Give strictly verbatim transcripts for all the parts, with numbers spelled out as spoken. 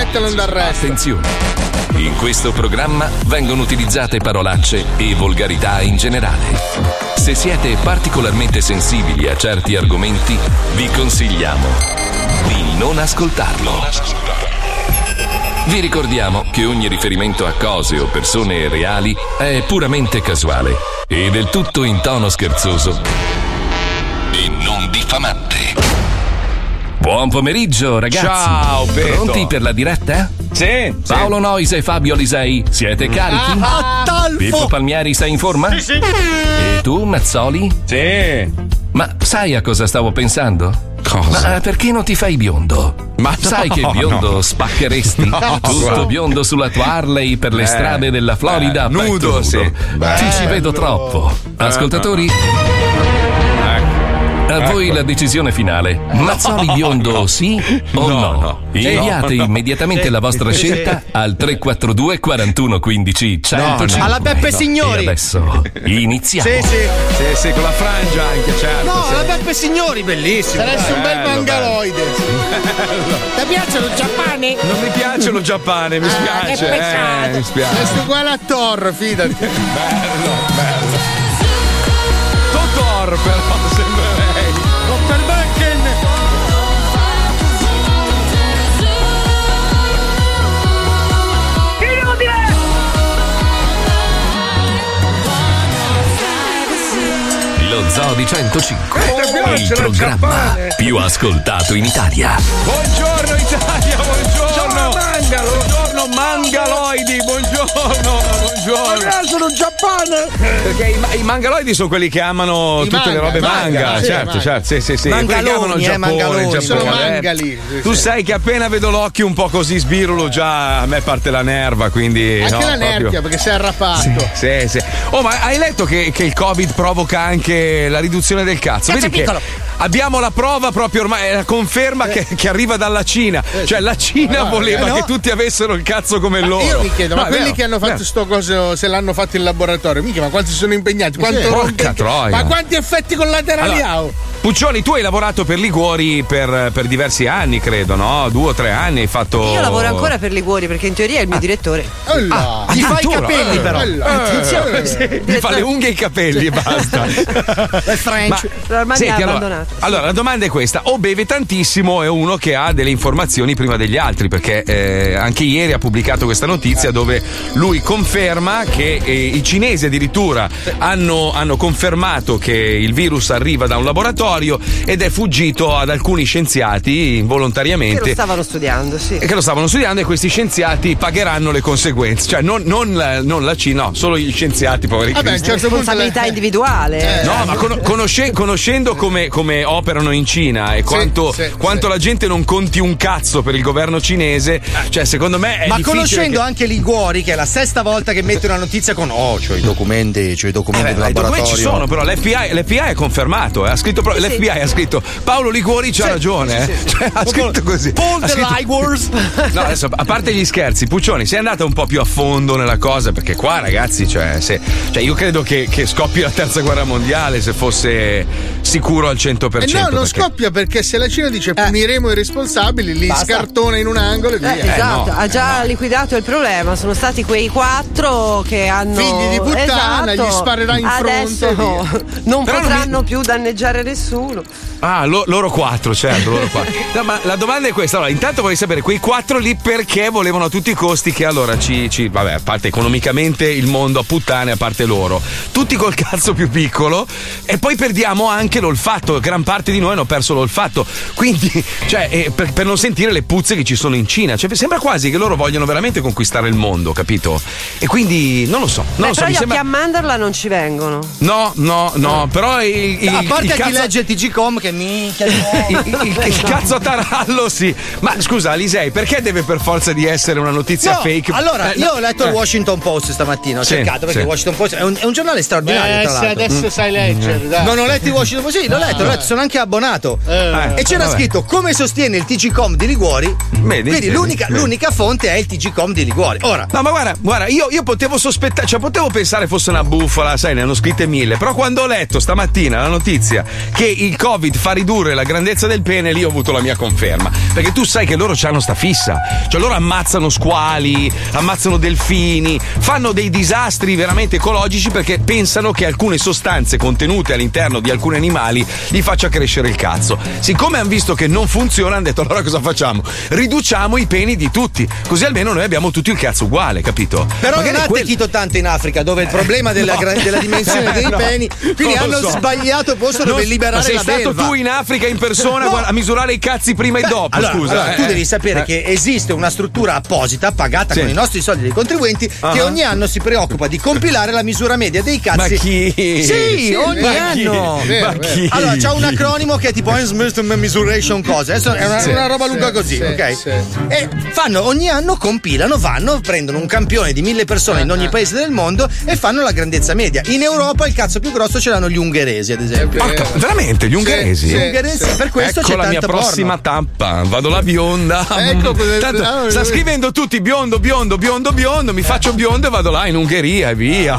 sospettano d'arresto. Attenzione! In questo programma vengono utilizzate parolacce e volgarità in generale. Se siete particolarmente sensibili a certi argomenti, vi consigliamo di non ascoltarlo. Vi ricordiamo che ogni riferimento a cose o persone reali è puramente casuale e del tutto in tono scherzoso e non diffamante. Buon pomeriggio, ragazzi. Ciao, Beto. Pronti per la diretta? Sì. Paolo Noise e Fabio Lisei, siete carichi? Ah, Pippo Palmieri, sei in forma? Sì, sì. E tu, Mazzoli? Sì. Ma sai a cosa stavo pensando? Cosa? Ma perché non ti fai biondo? Ma sai no, che biondo no. spaccheresti? No, Tutto guarda. biondo sulla tua Harley per le Eh, strade della Florida. eh, petto nudo, sì. Ti ci vedo troppo. Ascoltatori, a voi la decisione finale. Mazzoli biondo sì o no? No, no. Inviate No, no. immediatamente la vostra scelta al tre quattro due quarantuno quindici centocinque. Alla Beppe Signori. E adesso iniziamo. Sì, sì. Sì, sì, con la frangia anche, certo. No, sì. la Beppe Signori, bellissimo. Saresti un bel Bello, mangaloide. Ti piacciono il Giappone? Non mi piace lo Giappone, mi Ah, spiace. che peccato. Eh, mi spiace. Saresti uguale a Thor, fidati. Bello, bello. Totor, però, sembrerei. Per Becken. Lo Zoo di centocinque, Oh, il ce l'ho programma Giappone. più ascoltato in Italia. Buongiorno Italia, buongiorno. Mangalo. Buongiorno mangaloidi, buongiorno, buongiorno. Sono Giappone. Perché i, i mangaloidi sono quelli che amano I tutte le manga, robe manga, manga, sì, certo, manga. certo, sì, sì, sì. Mangaloni, Quelli che amano il eh, Giappone, mangaloni, il sono Giappone. mangali. Sì, Tu sì. sai che appena vedo l'occhio un po' così sbirulo già a me parte la nerva, quindi Anche no, la proprio- nervia perché sei arrapato. Sì, sì. Oh, ma hai letto che, che il Covid provoca anche la riduzione del cazzo? Cazzo Vedi che piccolo. abbiamo la prova proprio ormai, è la conferma che, che arriva dalla Cina. Cioè la Cina Eh, no, voleva eh, no. che tutti avessero il cazzo come loro. Io mi chiedo, No, ma è quelli vero, che hanno fatto vero. sto coso, se l'hanno fatto in laboratorio, mica, ma quanti sono impegnati? Quanto Sì. rompe- Porca troia. Ma quanti effetti collaterali Allora, ha? Puccioni, tu hai lavorato per Liguori per, per diversi anni, credo, no? Due o tre anni hai fatto. Io lavoro ancora per Liguori perché in teoria è il mio direttore. Allora, Ah, ti fai i addirittura? capelli Eh, però. eh, Attenzione. eh, Gli fa le unghie e i capelli e basta. È French. Ma ormai mi ha Senti, allora, abbandonato. allora, la domanda è questa: o beve tantissimo è uno che ha delle informazioni prima degli altri, perché eh, anche ieri ha pubblicato questa notizia dove lui conferma che eh, i cinesi addirittura hanno, hanno confermato che il virus arriva da un laboratorio ed è fuggito ad alcuni scienziati Che involontariamente. lo stavano studiando, sì. E che lo stavano studiando e questi scienziati pagheranno le conseguenze, cioè non, non la, non la Cina, no, solo gli scienziati, poveri Vabbè, a un cristi. certo punto Responsabilità le- individuale. Eh, No, ma con- conosce- conoscendo come, come operano in Cina e quanto, sì, quanto sì. la gente non conti un cazzo per il governo cinese, cioè secondo me è Ma difficile conoscendo che- anche Liguori, che è la sesta volta che mette una notizia con oh, c'ho i documenti, c'ho i Eh documenti beh, del ma i documenti laboratorio. ci sono, però l'F B I, l'F B I è confermato. Eh. Ha scritto pro- L'F B I ha scritto Paolo Liguori c'ha ragione. eh. Cioè, ha scritto così. Paul Ha the scritto- Lightwars. No, adesso a parte gli scherzi, Puccioni, sei andata un po' più a fondo nella cosa, perché qua, ragazzi, cioè, se, cioè io credo che, che scoppi la terza guerra mondiale se fosse sicuro al cento per Eh cento. no, non perché- scoppia perché se la Cina dice puniremo i responsabili, li Basta. scartona in un angolo e via. Eh, esatto, no, ha già liquidato il problema. Sono stati quei quattro che hanno. Figli di puttana, Esatto. gli sparerà in fronte Adesso e via. non Però non potranno più danneggiare nessuno. Ah, lo- loro quattro, certo, loro quattro. No, ma la domanda è questa: allora, intanto vorrei sapere quei quattro lì perché volevano a tutti i costi che allora ci, ci vabbè, a parte economicamente il mondo a puttane, a parte loro, tutti col cazzo più piccolo, e poi perdiamo anche l'olfatto. Gran parte di noi hanno perso l'olfatto. Quindi, cioè, eh, per, per non sentire le puzze che ci sono in Cina. Cioè, sembra quasi che loro vogliono veramente conquistare il mondo, capito? E quindi non lo so. Non Beh, lo so, però mi gli sembra. occhi a mandorla non ci vengono. No, no, no, però il, il, A parte il chi cazzo... legge T G Com che minchia. il, il- il cazzo a tarallo, sì. Ma scusa, Alisei, perché deve per forza di essere una notizia No, fake? allora, Eh, io no, ho letto eh. il Washington Post stamattina, ho Sì, cercato perché sì. il Washington Post è un, è un giornale straordinario, Beh, tra se l'altro. adesso sai leggere, dai. Non ho letto il Washington Post, sì, l'ho letto, l'ho letto, sono anche abbonato. Eh, e c'era vabbè. scritto come sostiene il T G Com di Liguori. Vedi, Quindi vedi, l'unica, vedi. l'unica fonte è il T G Com di Liguori. Ora, No, ma guarda, guarda, io, io potevo sospettare, cioè potevo pensare fosse una bufala, sai, ne hanno scritte mille, però quando ho letto stamattina la notizia che il Covid fa ridurre la grandezza del pene, lì ho avuto la mia conferma. Perché tu sai che loro hanno sta fissa. Cioè loro ammazzano squali, ammazzano delfini, fanno dei disastri veramente ecologici perché pensano che alcune sostanze contenute all'interno di alcuni animali gli faccia crescere il cazzo. Siccome hanno visto che non funziona, hanno detto allora cosa facciamo? Riduciamo i peni di tutti, così almeno noi abbiamo tutti il cazzo uguale, capito? Però Magari non ha quel... attecchito tanto in Africa, dove il problema della, no. gra- della dimensione dei No, peni, quindi non lo hanno so. sbagliato posto dove Non- liberare ma sei la stato belva. tu in Africa in persona No. guarda, a misurare i cazzi prima Beh, e dopo? allora, Scusa, allora, eh. tu devi sapere Eh. che esiste una struttura apposita pagata Sì. con i nostri soldi dei contribuenti Uh-huh. che ogni anno si preoccupa di compilare la misura media dei cazzi. Ma chi? Sì, Sì, ogni ma chi? anno. Ma chi? Allora c'ha un acronimo che è tipo Smith Mesuration cosa. Adesso è una, Sì, una roba sì, lunga così, sì, ok? sì. E fanno ogni anno, compilano, vanno, prendono un campione di mille persone in ogni paese del mondo e fanno la grandezza media. In Europa il cazzo più grosso ce l'hanno gli ungheresi, ad esempio. Porca, veramente, gli ungheresi? Gli ungheresi, per questo ecco c'è la tanta mia prossima porno. tappa. Vado la bionda. Ecco cosa- Tanto, ah, sta lui- scrivendo tutti biondo, biondo, biondo, biondo. Mi faccio biondo e vado là in Ungheria e via.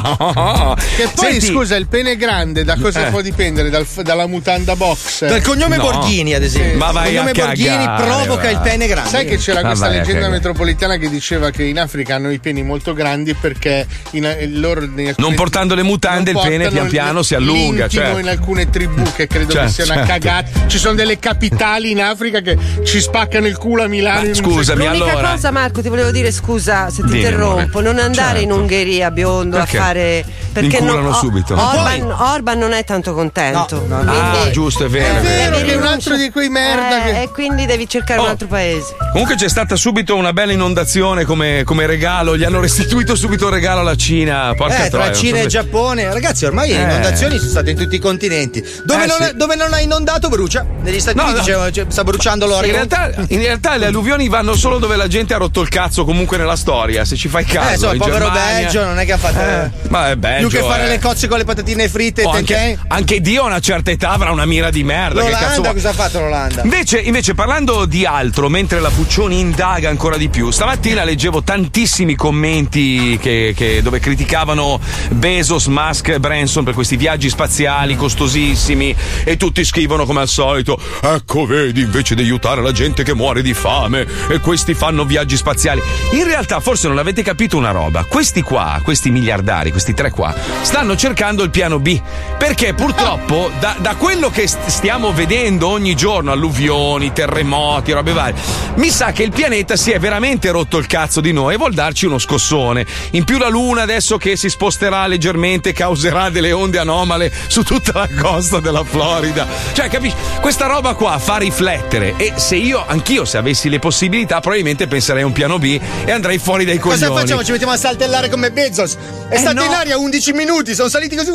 Che poi, Senti, scusa, il pene grande da cosa Eh. può dipendere? Dal- dalla mutanda box? Dal cognome No. Borghini, ad esempio. Ma vai il cognome a Borghini cagare, provoca va. il pene grande. Sai che c'era Ah, questa vai a leggenda cagare. metropolitana che diceva che in Africa hanno i peni molto grandi perché in, in loro in alcune- Non portando le mutande, non il pene portano pian piano si allunga, l'intimo certo. in alcune tribù che credo Certo, che sia una certo. cagata. Ci sono delle capitali in Africa che ci spaccano il culo a Milano. Ma in un scusami, secondo. L'unica allora- cosa, Marco, ti volevo dire scusa se ti Dimmi, interrompo, amore. non andare Certo. in Ungheria biondo Perché? a fare. Perché Inculano no- subito. Orban, Orban non è tanto contento. No, no, no. Ah, Quindi- giusto, è vero. È è vero. vero devi che è un rinunciare- altro di quei merda Eh, che- E quindi devi cercare Oh. un altro paese. Comunque c'è stata subito una bella inondazione come, come regalo, gli hanno restituito subito il regalo alla Cina. Porca Eh, troia, tra non Cina so e se- Giappone, ragazzi, ormai le Eh. inondazioni sono state in tutti i continenti. Dove, Eh, non, sì. è- dove non ha inondato, brucia. Negli Stati No, Uniti no. dicevano, cioè, sta bruciando In l'Oregon. realtà, in realtà le alluvioni vanno solo dove la gente ha rotto il cazzo comunque nella storia, se ci fai caso. Eh, insomma, il in povero Germania- Belgio non è che ha fatto. Eh, ma è Belgio, più che fare eh. le cozze con le patatine fritte e Oh, tenché. anche, anche Dio a una certa età avrà una mira di merda. Che cazzo L'Olanda, vuoi? cosa ha fatto l'Olanda? Invece, invece, parlando di altro, mentre la Puccioni indaga ancora di più, stamattina leggevo tantissimi commenti che, che- dove criticavano Bezos, Musk e Branson per questi viaggi spaziali costosissimi e tutti scrivono come al solito: ecco, vedi, invece di aiutare la gente che muore di fame e questi fanno viaggi spaziali. In realtà, forse non avete capito una roba: questi qua, questi miliardari, questi tre qua, stanno cercando il piano B. Perché purtroppo, da, da quello che st- stiamo vedendo ogni giorno, alluvioni, terremoti, robe varie, mi sa che il pianeta si è veramente rotto il cazzo di noi e vuol darci uno scossone. In più la Luna adesso che si sposterà leggermente causerà delle onde anomale su tutta la costa della Florida. Cioè, capisci? Questa roba qua fa riflettere e se io, anch'io, se avessi le possibilità, probabilmente penserei a un piano B e andrei fuori dai coglioni. Cosa facciamo? Ci mettiamo a saltellare come Bezos? È Eh, stato no. in aria undici minuti, sono saliti così.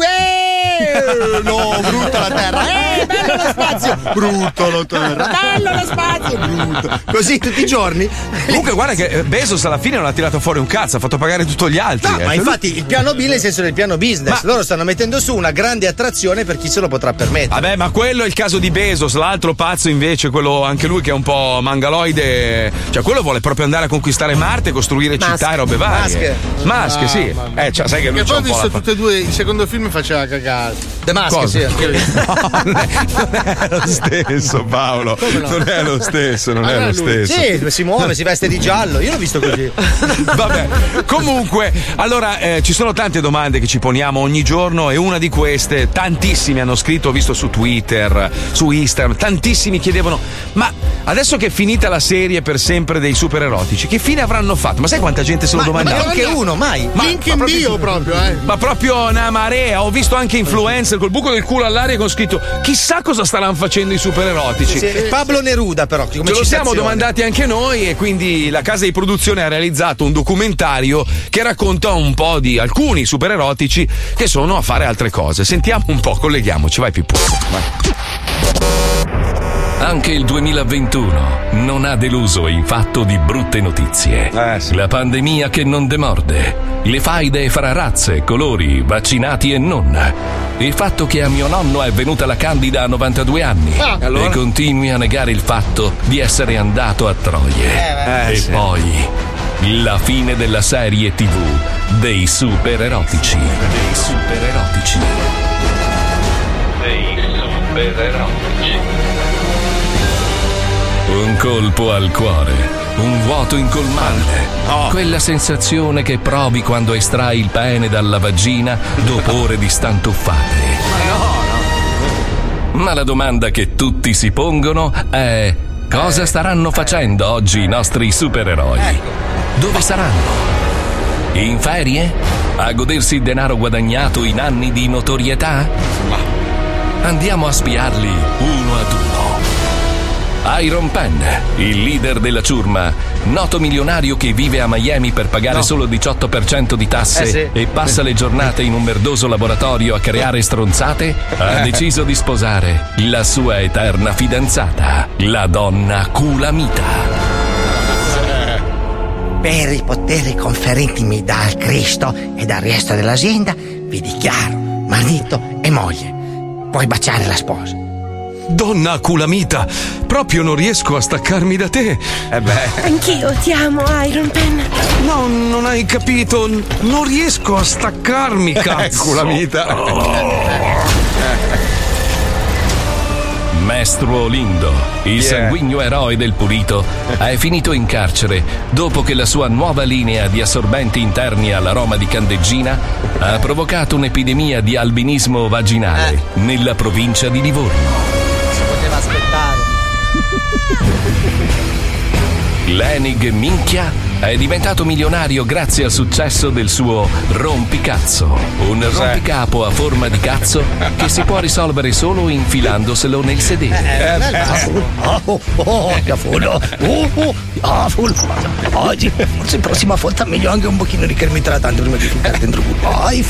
Eh, no, brutta la terra. Eh, bello lo spazio. Brutta la terra. Bello lo spazio. Brutta. Così tutti i giorni. Comunque guarda che eh, Bezos alla fine non ha tirato fuori un cazzo, ha fatto pagare tutto gli altri. No, eh. ma infatti il piano B nel senso del piano business. Ma- Loro stanno mettendo su una grande attrazione per chi se lo potrà permettere. Vabbè, ma quello è il caso di Bezos, l'altro pazzo invece, quello anche lui che è un po' mangaloide, cioè quello vuole proprio andare a conquistare Marte, costruire Musk. città e robe varie. Musk. Musk, sì. Ah, mamma Eh, cioè, sai che lui Che c'ha poi ho un po' visto la... tutte e due, il secondo film faceva cagare. The Mask, Cosa? sì, anche io. No, non è, non è lo stesso, Paolo. no? Non è lo stesso, non Ah, è non lo è lui. stesso. Sì, si muove, si veste di giallo. Io l'ho visto così. Vabbè, comunque, allora eh, ci sono tante domande che ci poniamo ogni giorno e una di queste, tantissimi hanno scritto, ho visto su Twitter, su Instagram, tantissimi chiedevano: ma adesso che è finita la serie per sempre dei super erotici, che fine avranno fatto? Ma sai quanta gente se lo Ma, ma domandava? neanche uno, mai. Ma- Link ma in proprio- bio proprio, eh. Ma proprio una marea, ho visto anche influencer col buco del culo all'aria con scritto chissà cosa staranno facendo i super erotici. Sì, Pablo Neruda, però. Come Ce lo siamo citazione. domandati anche noi e quindi la casa di produzione ha realizzato un documentario che racconta un po' di alcuni supererotici che sono a fare altre cose. Sentiamo un po', colleghiamoci, vai Pippo. Vai. Anche il duemilaventuno non ha deluso in fatto di brutte notizie. Eh, sì. La pandemia che non demorde, le faide fra razze, colori, vaccinati e non. Il fatto che a mio nonno è venuta la candida a novantadue anni Ah, allora? e continui a negare il fatto di essere andato a Troie. Eh, e sì. poi la fine della serie tivù dei super erotici. Dei super erotici. Dei super supereroi. Un colpo al cuore, un vuoto incolmabile. Oh. Quella sensazione che provi quando estrai il pene dalla vagina dopo ore di stantuffate. Ma no, no. Ma la domanda che tutti si pongono è: cosa staranno facendo oggi i nostri supereroi? Dove saranno? In ferie? A godersi il denaro guadagnato in anni di notorietà? Andiamo a spiarli uno ad uno. Iron Pen, il leader della ciurma, noto milionario che vive a Miami per pagare no. solo il diciotto per cento di tasse eh sì. e passa le giornate in un merdoso laboratorio a creare stronzate, ha deciso di sposare la sua eterna fidanzata, la donna Culamita. Per i poteri conferitimi dal Cristo e dal resto dell'azienda, vi dichiaro marito e moglie. Puoi baciare la sposa. Donna Culamita, proprio non riesco a staccarmi da te. Eh beh. Anch'io ti amo, Iron Pen. No, non hai capito. Non riesco a staccarmi, cazzo. Culamita. Oh. Mestruo Lindo, il yeah. sanguigno eroe del pulito, è finito in carcere dopo che la sua nuova linea di assorbenti interni all'aroma di candeggina ha provocato un'epidemia di albinismo vaginale eh. nella provincia di Livorno. Si poteva aspettare. Lenig Minchia è diventato milionario grazie al successo del suo rompicazzo, un rompicapo a forma di cazzo che si può risolvere solo infilandoselo nel sedere. Oggi, forse prossima volta meglio anche un pochino di crema idratante prima di ficcare dentro il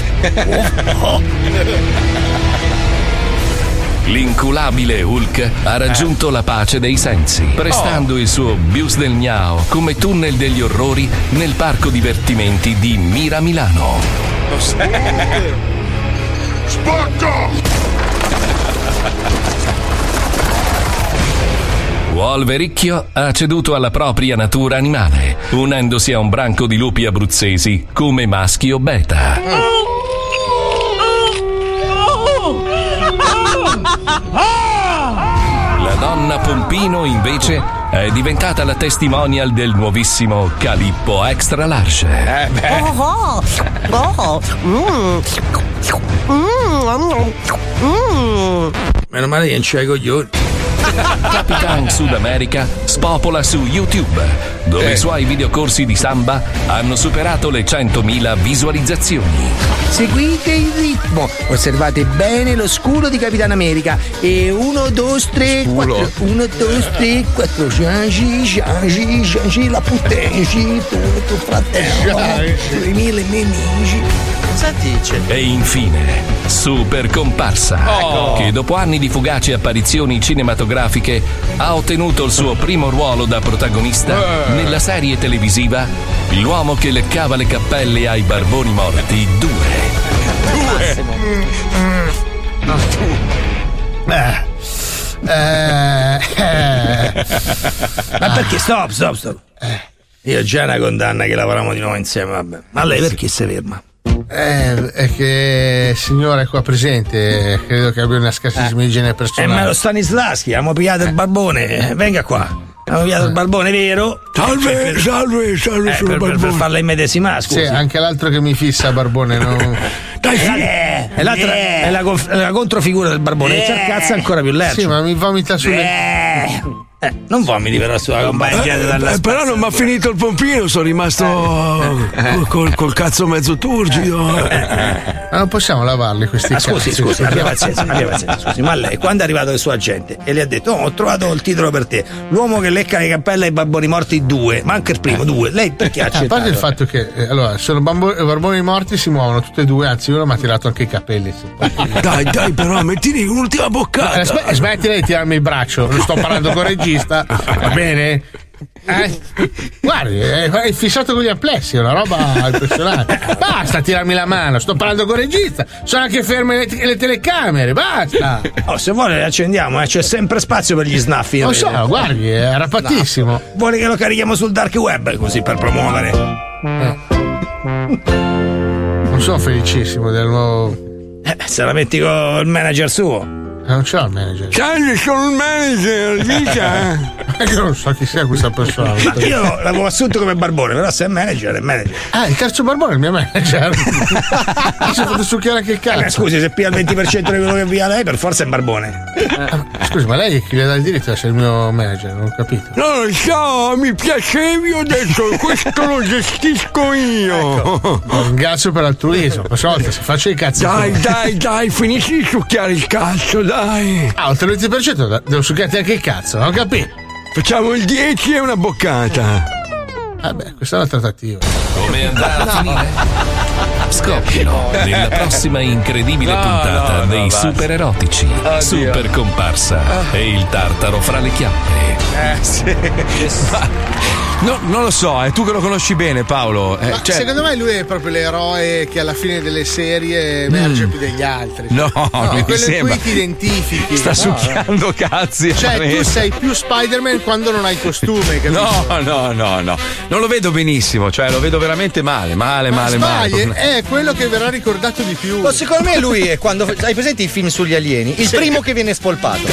L'inculabile Hulk ha raggiunto la pace dei sensi, prestando il suo Bius del Miao come tunnel degli orrori nel parco divertimenti di Mira Milano. Spacca! Wolvericchio ha ceduto alla propria natura animale, unendosi a un branco di lupi abruzzesi come maschio beta. La donna Pompino, invece, è diventata la testimonial del nuovissimo Calippo Extra Large. Eh beh. Oh, oh, mm. Mm. Mm. Meno male che non c'è i coglioni. Capitan Sud America spopola su YouTube, dove eh. i suoi videocorsi di samba hanno superato le centomila visualizzazioni. Seguite il ritmo, osservate bene lo scudo di Capitan America. E uno, due, tre, quattro. Uno, due, tre, quattro. Giangi, Giangi, Giangi, la puttana, tu, tuo fratello, duemila nemici. Cosa dice? E infine, Super Comparsa, oh. che dopo anni di fugaci apparizioni cinematografiche ha ottenuto il suo primo ruolo da protagonista eh. nella serie televisiva L'uomo che leccava le cappelle ai barboni morti due. Due. No, tu. Eh. Eh. Eh. Ma perché? Stop, stop, stop. Eh. Io ho già una condanna che lavoriamo di nuovo insieme, vabbè. Ma lei perché si ferma? Eh, è che il signore qua presente credo che abbia una scarsissima eh. igiene personale. Eh, ma lo Stanislaschi, abbiamo pigliato il barbone, venga qua. Abbiamo pigliato il barbone, vero? Salve, salve, salve, eh, sul per, barbone. Per farla immedesimare, scusi. Sì, anche l'altro che mi fissa barbone, no? Dai, eh, è l'altra eh. è, la, è la controfigura del barbone, eh. c'è il cazzo ancora più lercio. Sì, ma mi vomita sulle. Eh. Eh, non vomiti però sulla compagna eh, eh, però non mi ha finito il pompino, sono rimasto eh. col, col cazzo mezzo turgido. Eh. Ma non possiamo lavarli questi ah, cazzi. Scusi, scusi, abbia pazienza, abbia pazienza, scusi. Ma lei, quando è arrivato il suo agente e le ha detto: oh, ho trovato il titolo per te, l'uomo che lecca le cappelle ai barboni morti due, ma anche il primo, due. Lei perché ha accettato? A parte il fatto che eh, allora, sono bambo- barboni morti, si muovono tutte e due, anzi uno mi ha tirato anche i capelli. Dai, dai, però mettili un'ultima boccata. Eh, sm- smettila di tirarmi il braccio, non sto parlando con il regista. Va bene? Eh? Guardi, è fissato con gli amplessi, è una roba impressionante. Basta tirarmi la mano, sto parlando con il regista, sono anche ferme le, le telecamere, basta. Oh, se vuole le accendiamo, eh? C'è sempre spazio per gli snaffi. Non so, guardi, è arrappatissimo. No. Vuole che lo carichiamo sul dark web così per promuovere? Eh. Non sono felicissimo del nuovo. Eh, se la metti con il manager suo. Eh, non ce l'ha il manager. Sai, sono il manager, dica. È che non so chi sia questa persona. Ma io l'avevo assunto come barbone, però se è manager è manager. Ah, il terzo barbone è il mio manager. Mi sono fatto succhiare anche il cazzo. Eh, scusi, se pia il venti per cento di quello che via lei, per forza è barbone. Eh, scusi, ma lei chi le dà il diritto di essere il mio manager? Non ho capito. Non lo so, mi piacevi, ho detto, questo lo gestisco io. Ecco, ringrazio per l'altruismo. La prossima volta se faccio i cazzi. Dai, come... dai, dai, finisci di succhiare il cazzo, dai. Ah, oltre il venti per cento devo succhiarti anche il cazzo, non ho capito. Facciamo il dieci e una boccata. Vabbè, questa è una trattativa. Come andrà a finire? Scoprilo nella prossima incredibile No, puntata no, no, dei basta. super erotici, Oddio. super comparsa e il tartaro fra le chiappe. Eh sì. No, non lo so, è tu che lo conosci bene, Paolo. Eh, Ma cioè... secondo me lui è proprio l'eroe che alla fine delle serie emerge Mm. più degli altri. No, no non è mi quello in sembra. cui ti identifichi. Sta No, succhiando no. cazzi. Cioè, tu veramente. sei più Spider-Man quando non hai costume, capito? No, no, no, no. Non lo vedo benissimo, cioè lo vedo veramente male, male, Ma male, sbagli, male. è quello che verrà ricordato di più. Ma secondo me lui è quando. Hai presente i film sugli alieni? Il Sì. primo che viene spolpato.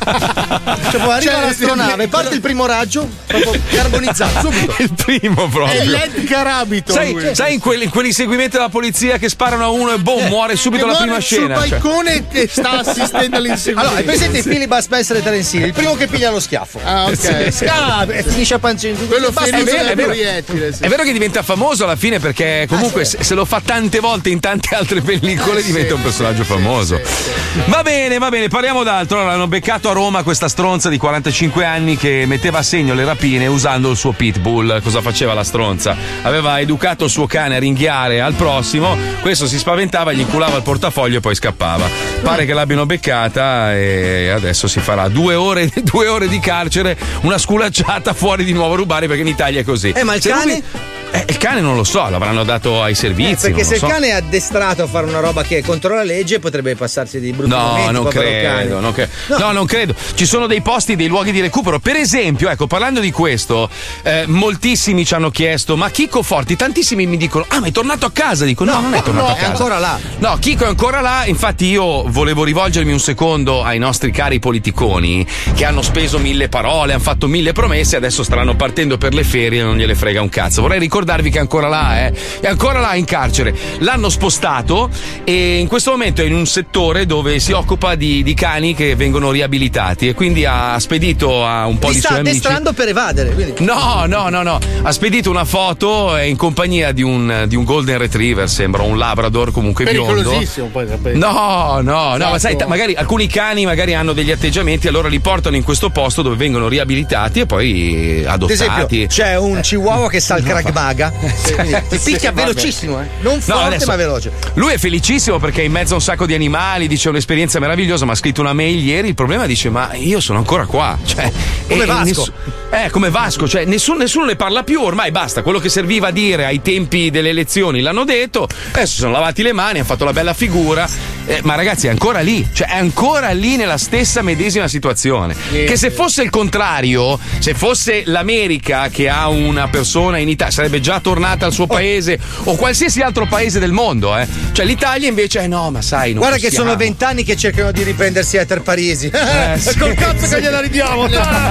Cioè, poi arriva Cioè, l'astronave, parte il primo raggio, proprio carbonizzato, subito. Il primo proprio. È l'Ed Carabito. Sai, lui. sai in, quelli, in quegli seguimenti della polizia che sparano a uno e boh, muore subito Che la muore prima sul scena. cioè. balcone che sta assistendo all'inseguimento. Allora, hai presente il film di Bud Spencer e Terence Hill? Il primo che piglia lo schiaffo. Ah, ok. Scava e finisce a pancia in giù. Quello Basta, ferito vero, dal è vero. proiettile. sì. È vero che diventa famoso alla fine perché comunque se, se lo fa tante volte in tante altre pellicole Eh, sì, diventa un personaggio sì, famoso. sì, sì, Va bene, va bene, parliamo d'altro. Allora, hanno beccato a Roma questa stronza di quarantacinque anni che metteva a segno le rapine usando il suo pitbull. Cosa faceva la stronza? Aveva educato il suo cane a ringhiare al prossimo, questo si spaventava, gli inculava il portafoglio e poi scappava. Pare che l'abbiano beccata e adesso si farà due ore, due ore di carcere, una sculacciata fuori di nuovo a rubare perché in Italia è così. Eh, ma il Se cane? lui- Eh, il cane non lo so, l'avranno dato ai servizi. Perché non se lo so. il cane è addestrato a fare una roba che è contro la legge, potrebbe passarsi dei brutti No, momenti. non povero credo, cane. non cre- No. no. non credo. Ci sono dei posti, dei luoghi di recupero. Per esempio, ecco, parlando di questo, eh, moltissimi ci hanno chiesto: ma Chico Forti, tantissimi mi dicono: ah, ma è tornato a casa? Dico: no, No, non è tornato no, a casa. è ancora là. No, Chico è ancora là. Infatti, io volevo rivolgermi un secondo ai nostri cari politiconi che hanno speso mille parole, hanno fatto mille promesse, adesso staranno partendo per le ferie e non gliele frega un cazzo. Vorrei ricordarvi che è ancora là. Eh. È ancora là in carcere. L'hanno spostato e in questo momento è in un settore dove si occupa di, di cani che vengono riabilitati e quindi ha spedito a un po' Li di sta suoi amici. addestrando per evadere. Quindi. No, no, no, no. Ha spedito una foto in compagnia di un, di un Golden Retriever, sembra un Labrador comunque biondo. Pericolosissimo, poi sapete. No, no, no, Esatto. ma sai, t- magari alcuni cani magari hanno degli atteggiamenti, allora li portano in questo posto dove vengono riabilitati e poi Ad esempio, adottati. c'è un chihuahua che sa il Krav Maga. Quindi ti picchia vabbè. velocissimo, eh. Non forte, adesso- ma veloce. Lui è felicissimo perché è in mezzo a un sacco di animali, dice è un'esperienza meravigliosa, ma ha scritto una mail ieri, il problema dice ma io sono ancora qua. Cioè, Come e- e Vasco. nessu- eh, come Vasco, cioè nessuno, nessuno ne parla più, ormai basta, quello che serviva a dire ai tempi delle elezioni l'hanno detto, adesso si sono lavati le mani, hanno fatto la bella figura, eh, ma ragazzi è ancora lì, cioè è ancora lì nella stessa medesima situazione. Che se fosse il contrario, se fosse l'America che ha una persona in Italia, sarebbe già tornata al suo paese o qualsiasi altro paese del mondo, eh. Cioè l'Italia invece, eh no, ma sai, non Guarda che possiamo. sono vent'anni che cercano di riprendersi Ether Parisi. Eh, sì. Col cazzo che gliela ridiamo.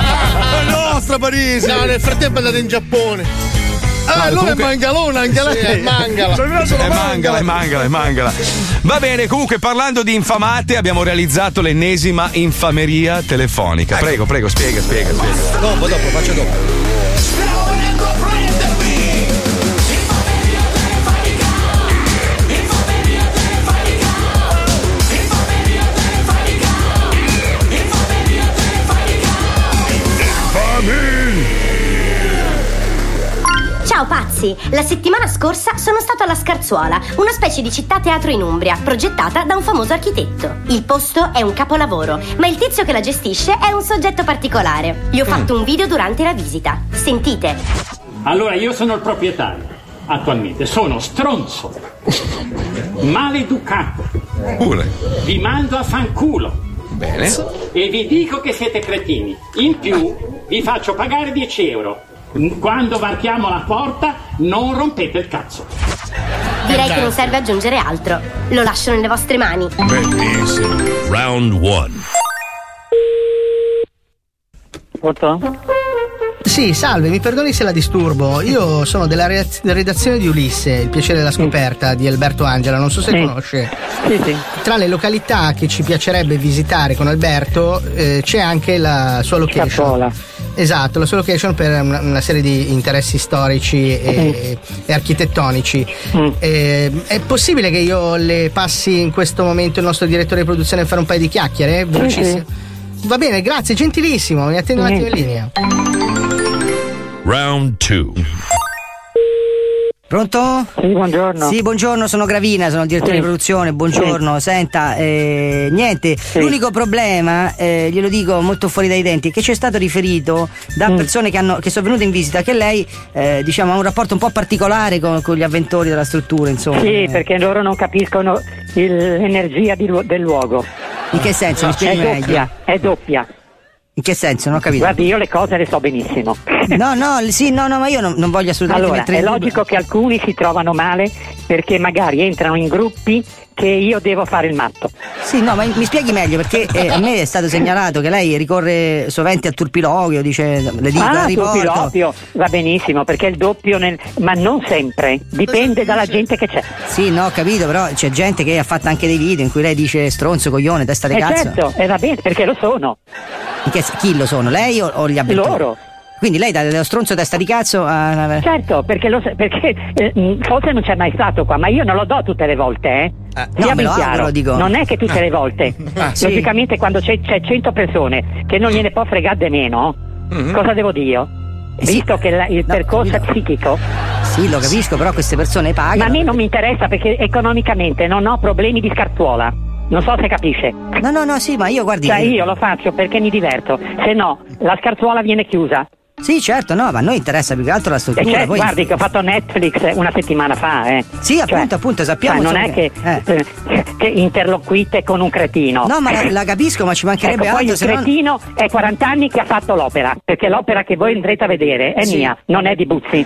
La nostra Parisi. No, nel frattempo è andato in Giappone. Ah, allora comunque- è mangalona anche lei. Sì, è mangala. Sono rimasto È mangala, mangala. è mangala, è mangala. Va bene, comunque parlando di infamate abbiamo realizzato l'ennesima infameria telefonica. Prego, prego, spiega, spiega, spiega. Dopo, dopo, faccio dopo. Ciao pazzi! La settimana scorsa sono stato alla Scarzuola, una specie di città teatro in Umbria, progettata da un famoso architetto. Il posto è un capolavoro, ma il tizio che la gestisce è un soggetto particolare. Gli ho fatto un video durante la visita. Sentite. Allora, io sono il proprietario, attualmente. Sono stronzo, maleducato. Pure. Vi mando a fanculo. Bene. E vi dico che siete cretini. In più, vi faccio pagare dieci euro. Quando varchiamo la porta, non rompete il cazzo. Direi che non serve aggiungere altro. Lo lascio nelle vostre mani. Benissimo. Round one. Pronto? Sì, salve, mi perdoni se la disturbo. Io sono della reaz- redazione di Ulisse, il piacere della scoperta di Alberto Angela, non so se sì. conosce. Sì, sì. Tra le località che ci piacerebbe visitare con Alberto eh, c'è anche la sua location. Scapola. Esatto, la sua location per una, una serie di interessi storici e, mm. e architettonici. Mm. Eh, è possibile che io le passi in questo momento il nostro direttore di produzione a fare un paio di chiacchiere? Velocissimo. Sì, sì. Va bene, grazie, gentilissimo, mi attendo un attimo in linea. Round two. Pronto? Sì, buongiorno. Sì, buongiorno, sono Gravina, sono il direttore sì. di produzione, buongiorno. Sì. Senta, eh, niente, sì. l'unico problema, eh, glielo dico molto fuori dai denti, è che ci è stato riferito da mm. persone che, hanno, che sono venute in visita che lei, eh, diciamo, ha un rapporto un po' particolare con, con gli avventori della struttura, insomma. Sì, perché loro non capiscono il, l'energia di, del luogo. In che senso? Mi spieghi è meglio. Doppia, è doppia. In che senso? Non ho capito. Guardi, io le cose le so benissimo. No, no, sì, no, no, ma io non, non voglio assolutamente allora, mettere è in logico che alcuni si trovano male perché magari entrano in gruppi che io devo fare il matto. Sì, no, ma mi spieghi meglio, perché eh, a me è stato segnalato che lei ricorre sovente al turpiloquio, dice, le dico, ah, la riporto. turpiloquio, va benissimo, perché il doppio nel... ma non sempre, dipende dalla gente che c'è. Sì, no, ho capito, però c'è gente che ha fatto anche dei video in cui lei dice stronzo, coglione, testa di eh cazzo. Certo, e eh, va bene, perché lo sono. Che, chi lo sono, lei o, o gli avventori? Loro. Quindi lei dà dello stronzo testa di cazzo a... Certo, perché, lo, perché eh, forse non c'è mai stato qua, ma io non lo do tutte le volte, eh. Ah, no, me lo auguro, dico. Non è che tutte le volte. Ah, sì. Logicamente quando c'è, c'è cento persone che non gliene può fregare di meno, mm-hmm. cosa devo dire io? Visto sì. che la, il no, percorso è psichico. Sì, lo capisco, però queste persone pagano. Ma a me non mi interessa perché economicamente non ho problemi di scartuola. Non so se capisce. No, no, no, sì, ma io guardi. Cioè io lo faccio perché mi diverto, se no la scartuola viene chiusa. Sì, certo, no, ma a noi interessa più che altro la struttura. E cioè, poi... guardi che ho fatto Netflix una settimana fa, eh. Sì, appunto, cioè, appunto, sappiamo. Cioè, non è che, eh. eh, che interloquite con un cretino. No, ma la, la capisco, ma ci mancherebbe ecco, altro. Poi il cretino non... è quaranta anni che ha fatto l'opera, perché l'opera che voi andrete a vedere è sì. mia, non è di Buzzi.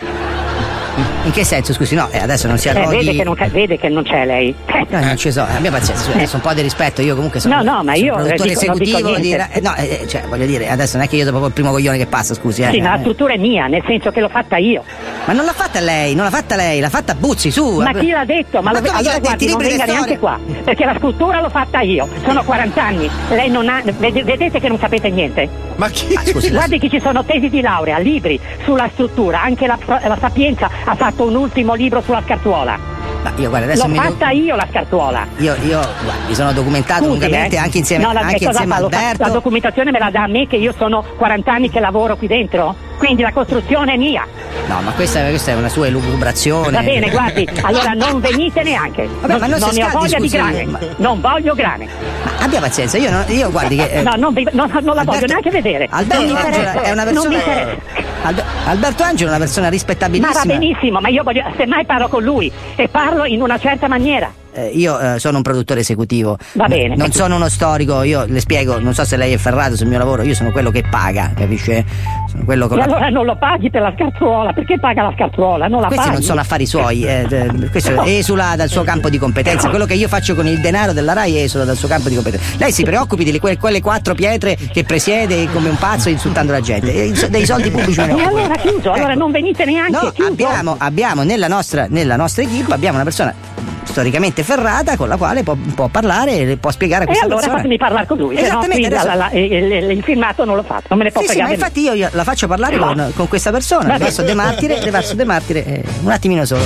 In che senso, scusi? No, eh, adesso non si arroghi. Eh, vede, che non, vede che non c'è lei. No, non ci so, abbia pazienza, adesso un po' di rispetto, io comunque sono. No, no, ma io sono produttore dico, esecutivo di. eh, no, eh, cioè, voglio dire, adesso non è che io sono proprio il primo coglione che passa, scusi, eh. Sì, ma la struttura è mia, nel senso che l'ho fatta io. Ma non l'ha fatta lei, non l'ha fatta lei, l'ha fatta Buzzi, su. Ma chi l'ha detto? Ma, ma lo, allora guardi, non venga neanche qua, perché la scultura l'ho fatta io. Sono quaranta anni, lei non ha. Vedete che non sapete niente? Ma chi? Ah, scusi, guardi che ci sono tesi di laurea, libri sulla struttura, anche la, la Sapienza ha fatto un ultimo libro sulla scartuola. Ma io guarda, adesso l'ho mi fatta do... io la scartuola. Io, io guarda, mi sono documentato Scusi, lungamente eh? anche insieme, no, la, anche insieme a Alberto. La documentazione me la dà a me che io sono quaranta anni che lavoro qui dentro, quindi la costruzione è mia. No, ma questa, questa è una sua elucubrazione. Va bene, guardi, allora non venite neanche. Vabbè, ma non, non ne ho voglia scusi, di grane. Ma... Non voglio grane. Ma abbia pazienza, io, non, io guardi che. Eh... No, non, vi, no, non la Alberto, voglio neanche vedere. Alberto Angela è una persona. Non mi interessa. Alber- Alberto Angela è una persona rispettabilissima. Ma va benissimo, ma io voglio, semmai parlo con lui e parlo in una certa maniera. Eh, io eh, sono un produttore esecutivo. Va bene. Non sono uno storico, io le spiego, non so se lei è ferrato sul mio lavoro, io sono quello che paga, capisce? Sono quello con e la... allora non lo paghi per la scartuola, perché paga la scartuola? Non la Questi paghi. non sono affari suoi, eh, eh, questo no. esula dal suo campo di competenza. Quello che io faccio con il denaro della RAI esula dal suo campo di competenza. Lei si preoccupi di que- quelle quattro pietre che presiede come un pazzo insultando la gente. E dei soldi pubblici me ne E occupo. allora chiuso, ecco. Allora non venite neanche. No, chiuso. abbiamo, abbiamo nella nostra, nella nostra equipe abbiamo una persona storicamente ferrata con la quale può, può parlare e può spiegare questa e allora persona. fatemi parlare con lui, se no qui adesso... la, la, il, il, il filmato non lo faccio, non me ne può sì, fregare. Sì, ma infatti io la faccio parlare no. con, con questa persona, le verso De Martire, le verso De Martire, eh, un attimino solo.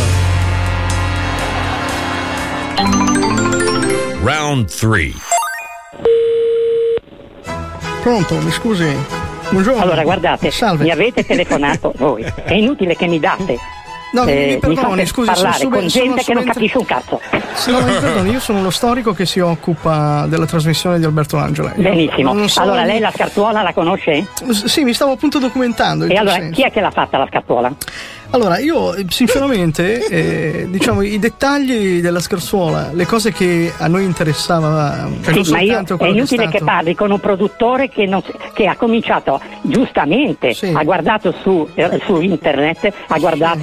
Round three. Pronto, mi scusi. Buongiorno. Allora guardate, salve. Mi avete telefonato voi, è inutile che mi date. No, eh, mi perdoni, mi scusi, parlare sono con gente sono che non capisce un cazzo. Sì, no, mi perdoni, io sono lo storico che si occupa della trasmissione di Alberto Angela. Io Benissimo. so... Allora lei la scartuola la conosce? Sì, mi stavo appunto documentando. E allora chi è che l'ha fatta la scartuola? Allora, io sinceramente, eh, diciamo, i dettagli della scarsuola, le cose che a noi interessava, cioè sì, ma io, è inutile che, che parli con un produttore che, non, che ha cominciato giustamente, sì. ha guardato su, eh, su internet, ha guardato sì. su,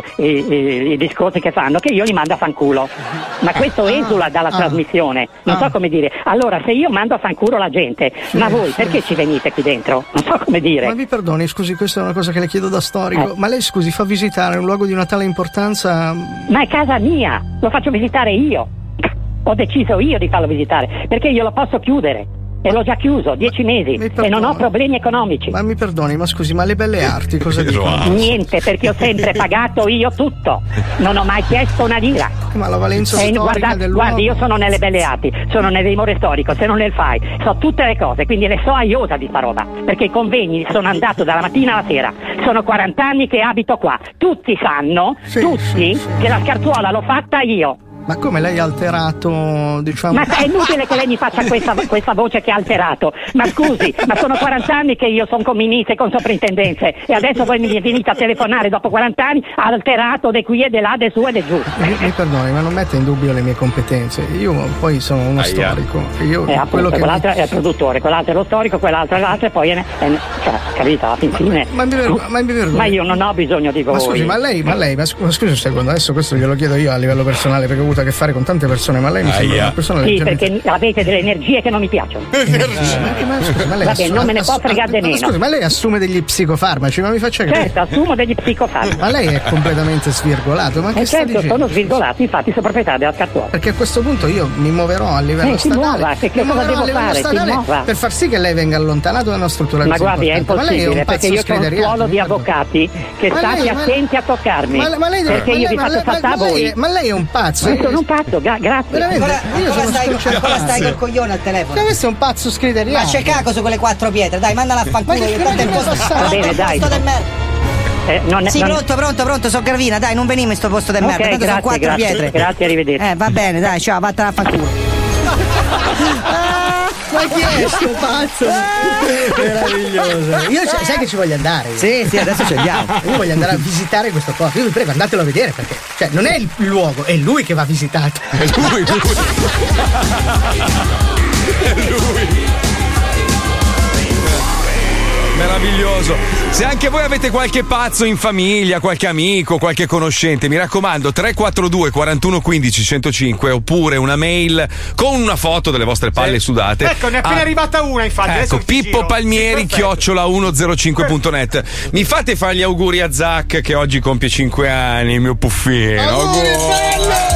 i, i, i discorsi che fanno, che io li mando a fanculo. Ma questo esula dalla ah, trasmissione, non ah. so come dire. Allora, se io mando a fanculo la gente, sì. ma voi perché ci venite qui dentro? Non so come dire. Ma mi perdoni, scusi, questa è una cosa che le chiedo da storico, eh. ma lei, scusi, fa visitare un luogo di una tale importanza? Ma è casa mia, lo faccio visitare io. Ho deciso io di farlo visitare, perché io lo posso chiudere. E l'ho già chiuso, dieci mesi, e non ho problemi economici. Ma mi perdoni, ma scusi, ma le belle arti cosa dicono? Niente, perché ho sempre pagato io tutto. Non ho mai chiesto una lira. Ma la valenza e storica guarda, del guardi, luogo... io sono nelle belle arti, sono nelle dimore storico, se non nel fai, so tutte le cose, quindi ne so aiosa di sta roba. Perché i convegni sono andato dalla mattina alla sera. Sono quaranta anni che abito qua. Tutti sanno, sì, tutti, sì, sì. che la scartuola l'ho fatta io. Ma come lei ha alterato, diciamo... Ma è inutile che lei mi faccia questa, questa voce che ha alterato. Ma scusi, ma sono quaranta anni che io sono con ministri e con soprintendenze e adesso voi mi venite a telefonare dopo quaranta anni, ha alterato di qui e di là, di su e di giù. Mi, mi perdoni, ma non mette in dubbio le mie competenze. Io poi sono uno Aia. storico. Io, eh, appunto, quello che quell'altro mi... è il produttore, quell'altro è lo storico, quell'altro è l'altro e poi è... è cioè, capito, alla fin fine... Ma, ma, mi ma, mi ma io non ho bisogno di voi. Ma scusi, ma lei, ma lei, ma scusi un secondo, adesso questo glielo chiedo io a livello personale perché ho avuto a che fare con tante persone, ma lei mi sembra una persona sì, leggermente... perché avete delle energie che non mi piacciono. Eh, ma, scusi, ma lei Vabbè, assu- non me ne assu- può fregare di meno. Scusi, ma lei assume degli psicofarmaci, ma mi faccia capire. Certo, assumo degli psicofarmaci. Ma lei è completamente svirgolato, ma che eh sta certo, dicendo? sono svirgolato, infatti sono proprietario della scartuola. Perché a questo punto io mi muoverò a livello eh, statale. Muova, che mi cosa devo a livello fare? statale per far sì che lei venga allontanato da una struttura ma così guardi, è importante. impossibile, ma lei è un perché io ho un suolo di avvocati che ma state lei, attenti ma... a toccarmi. Ma, ma lei, perché ma io lei, vi faccio saltare a voi. Ma lei è un pazzo. Io sono un pazzo, gra- grazie. Veramente, ancora, io ancora sono stai, ancora stai col coglione al telefono. Ma questo è un pazzo scriteriato. Ma c'è caco su quelle quattro pietre, dai, mandala a fanculo. Io tanto è posto, va bene, dai. Posto del merda. Eh, non, sì, non... pronto, pronto, pronto, sono Gravina, dai, non venimo in sto posto del okay, merda, tanto grazie, sono quattro grazie, pietre. Grazie, arrivederci. Eh, va bene, dai, ciao, vattene a fanculo. Ma chi è sto pazzo? Meraviglioso. Io sai che ci voglio andare. Io. Sì, sì, adesso ci andiamo. Io voglio andare a visitare questo posto. Io vi prego, andatelo a vedere perché. Cioè, non è il luogo, è lui che va visitato. È lui, lui. È lui. Meraviglioso. Se anche voi avete qualche pazzo in famiglia, qualche amico, qualche conoscente, mi raccomando, tre quattro due quarantuno quindici centocinque oppure una mail con una foto delle vostre palle sì. sudate. Ecco, ne è appena ah, arrivata una, infatti. Ecco, Pippo Palmieri chiocciola centozero punto net. Mi fate fare gli auguri a Zac che oggi compie cinque anni, il mio puffino. Auguri, bello!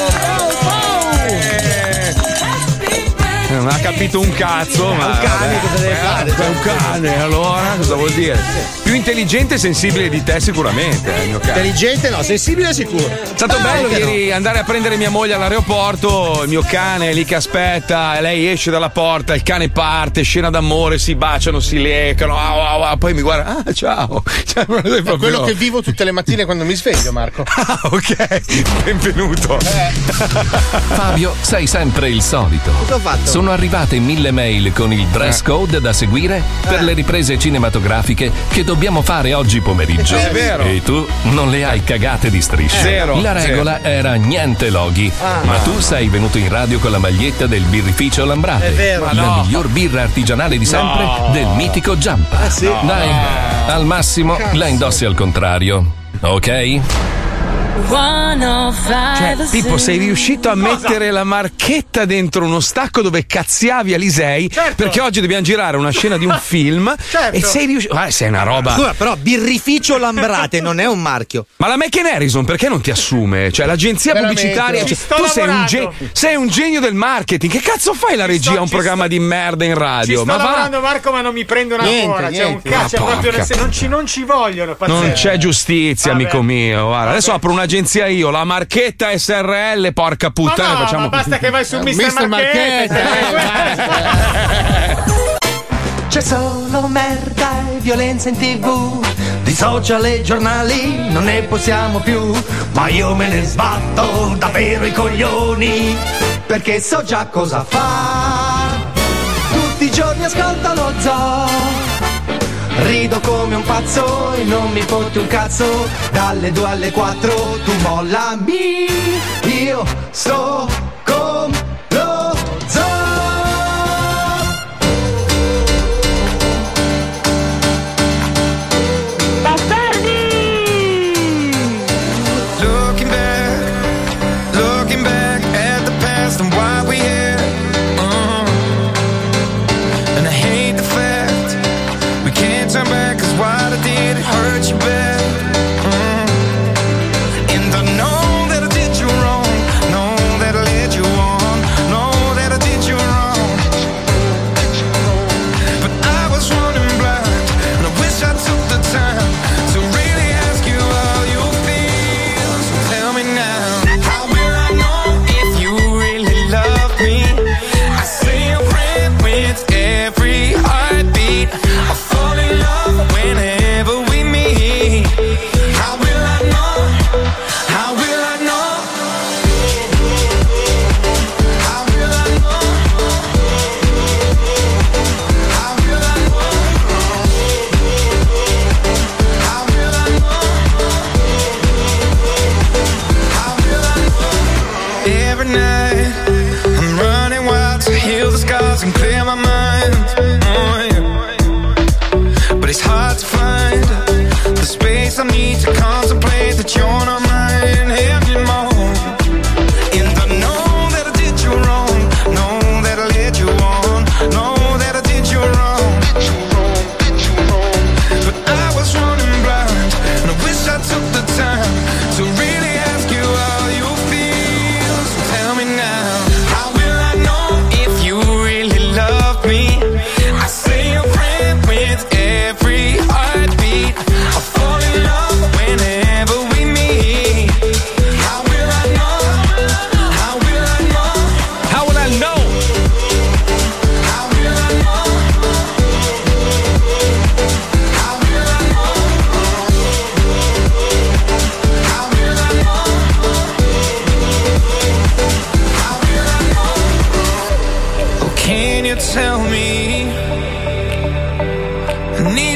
Non ha capito un cazzo, ma. Un cane, cosa deve fare? È un cane, allora cosa vuol dire? Più intelligente e sensibile di te, sicuramente, eh, mio cane. Intelligente no, sensibile sicuro. È stato Beh, bello ieri no. andare a prendere mia moglie all'aeroporto, il mio cane è lì che aspetta, lei esce dalla porta, il cane parte, scena d'amore, si baciano, si leccano, ah, ah, ah, poi mi guarda, ah, ciao. Cioè, è proprio... quello che vivo tutte le mattine quando mi sveglio, Marco. Ah, ok, benvenuto. Eh. Fabio, sei sempre il solito. Cosa ho fatto? Sono arrivate mille mail con il dress code da seguire per le riprese cinematografiche che dobbiamo fare oggi pomeriggio. È vero. E tu non le hai cagate di striscia. Zero. La regola Zero. era niente loghi, ah, ma no. tu sei venuto in radio con la maglietta del birrificio Lambrate. È vero. La no. miglior birra artigianale di sempre no. del mitico Giampa. Eh sì. No. Dai, al massimo Cazzo. la indossi al contrario. Ok? Cioè, Pippo, sei riuscito a mettere la marchetta dentro uno stacco dove cazziavi Alisei? Certo. Perché oggi dobbiamo girare una scena di un film. Certo. E sei riuscito. Ah, sei una roba. Scusa, però birrificio Lambrate non è un marchio. Ma la Mac Harrison perché non ti assume? Cioè, l'agenzia Veramente. pubblicitaria. Ci Cioè, sto tu sei un, lavorando. ge- sei un genio del marketing. Che cazzo fai la regia sto- a un ci programma sto- di merda in radio? Ci sto Ma va. lavorando, Marco, ma non mi prendono Niente, ancora. C'è un niente. cazzo, Ma proprio porca. nel- non ci, non ci vogliono. Pazzesco. Non c'è giustizia, Vabbè. amico mio. Guarda, adesso apro un'agenzia io, la marchetta S R L, porca Ma puttana. no, facciamo ma basta che vai su mister mister Marchetta. Marchetta. C'è solo merda e violenza in tv, di social e giornali non ne possiamo più, ma io me ne sbatto davvero i coglioni, perché so già cosa fa. Tutti i giorni ascolto lo zoo, rido come un pazzo e non mi fotti un cazzo, dalle due alle quattro tu mollami, io sto con lo zoo.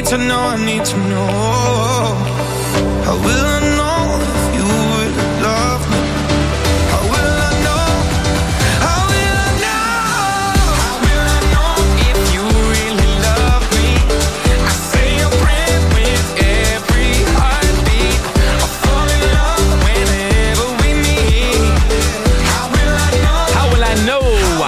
to know, I need to know. How will I know if you would love me? How will I know? How will I know? How will I know if you really love me? I say a prayer with every heartbeat. I fall in love whenever we meet. How will I know? How will I know?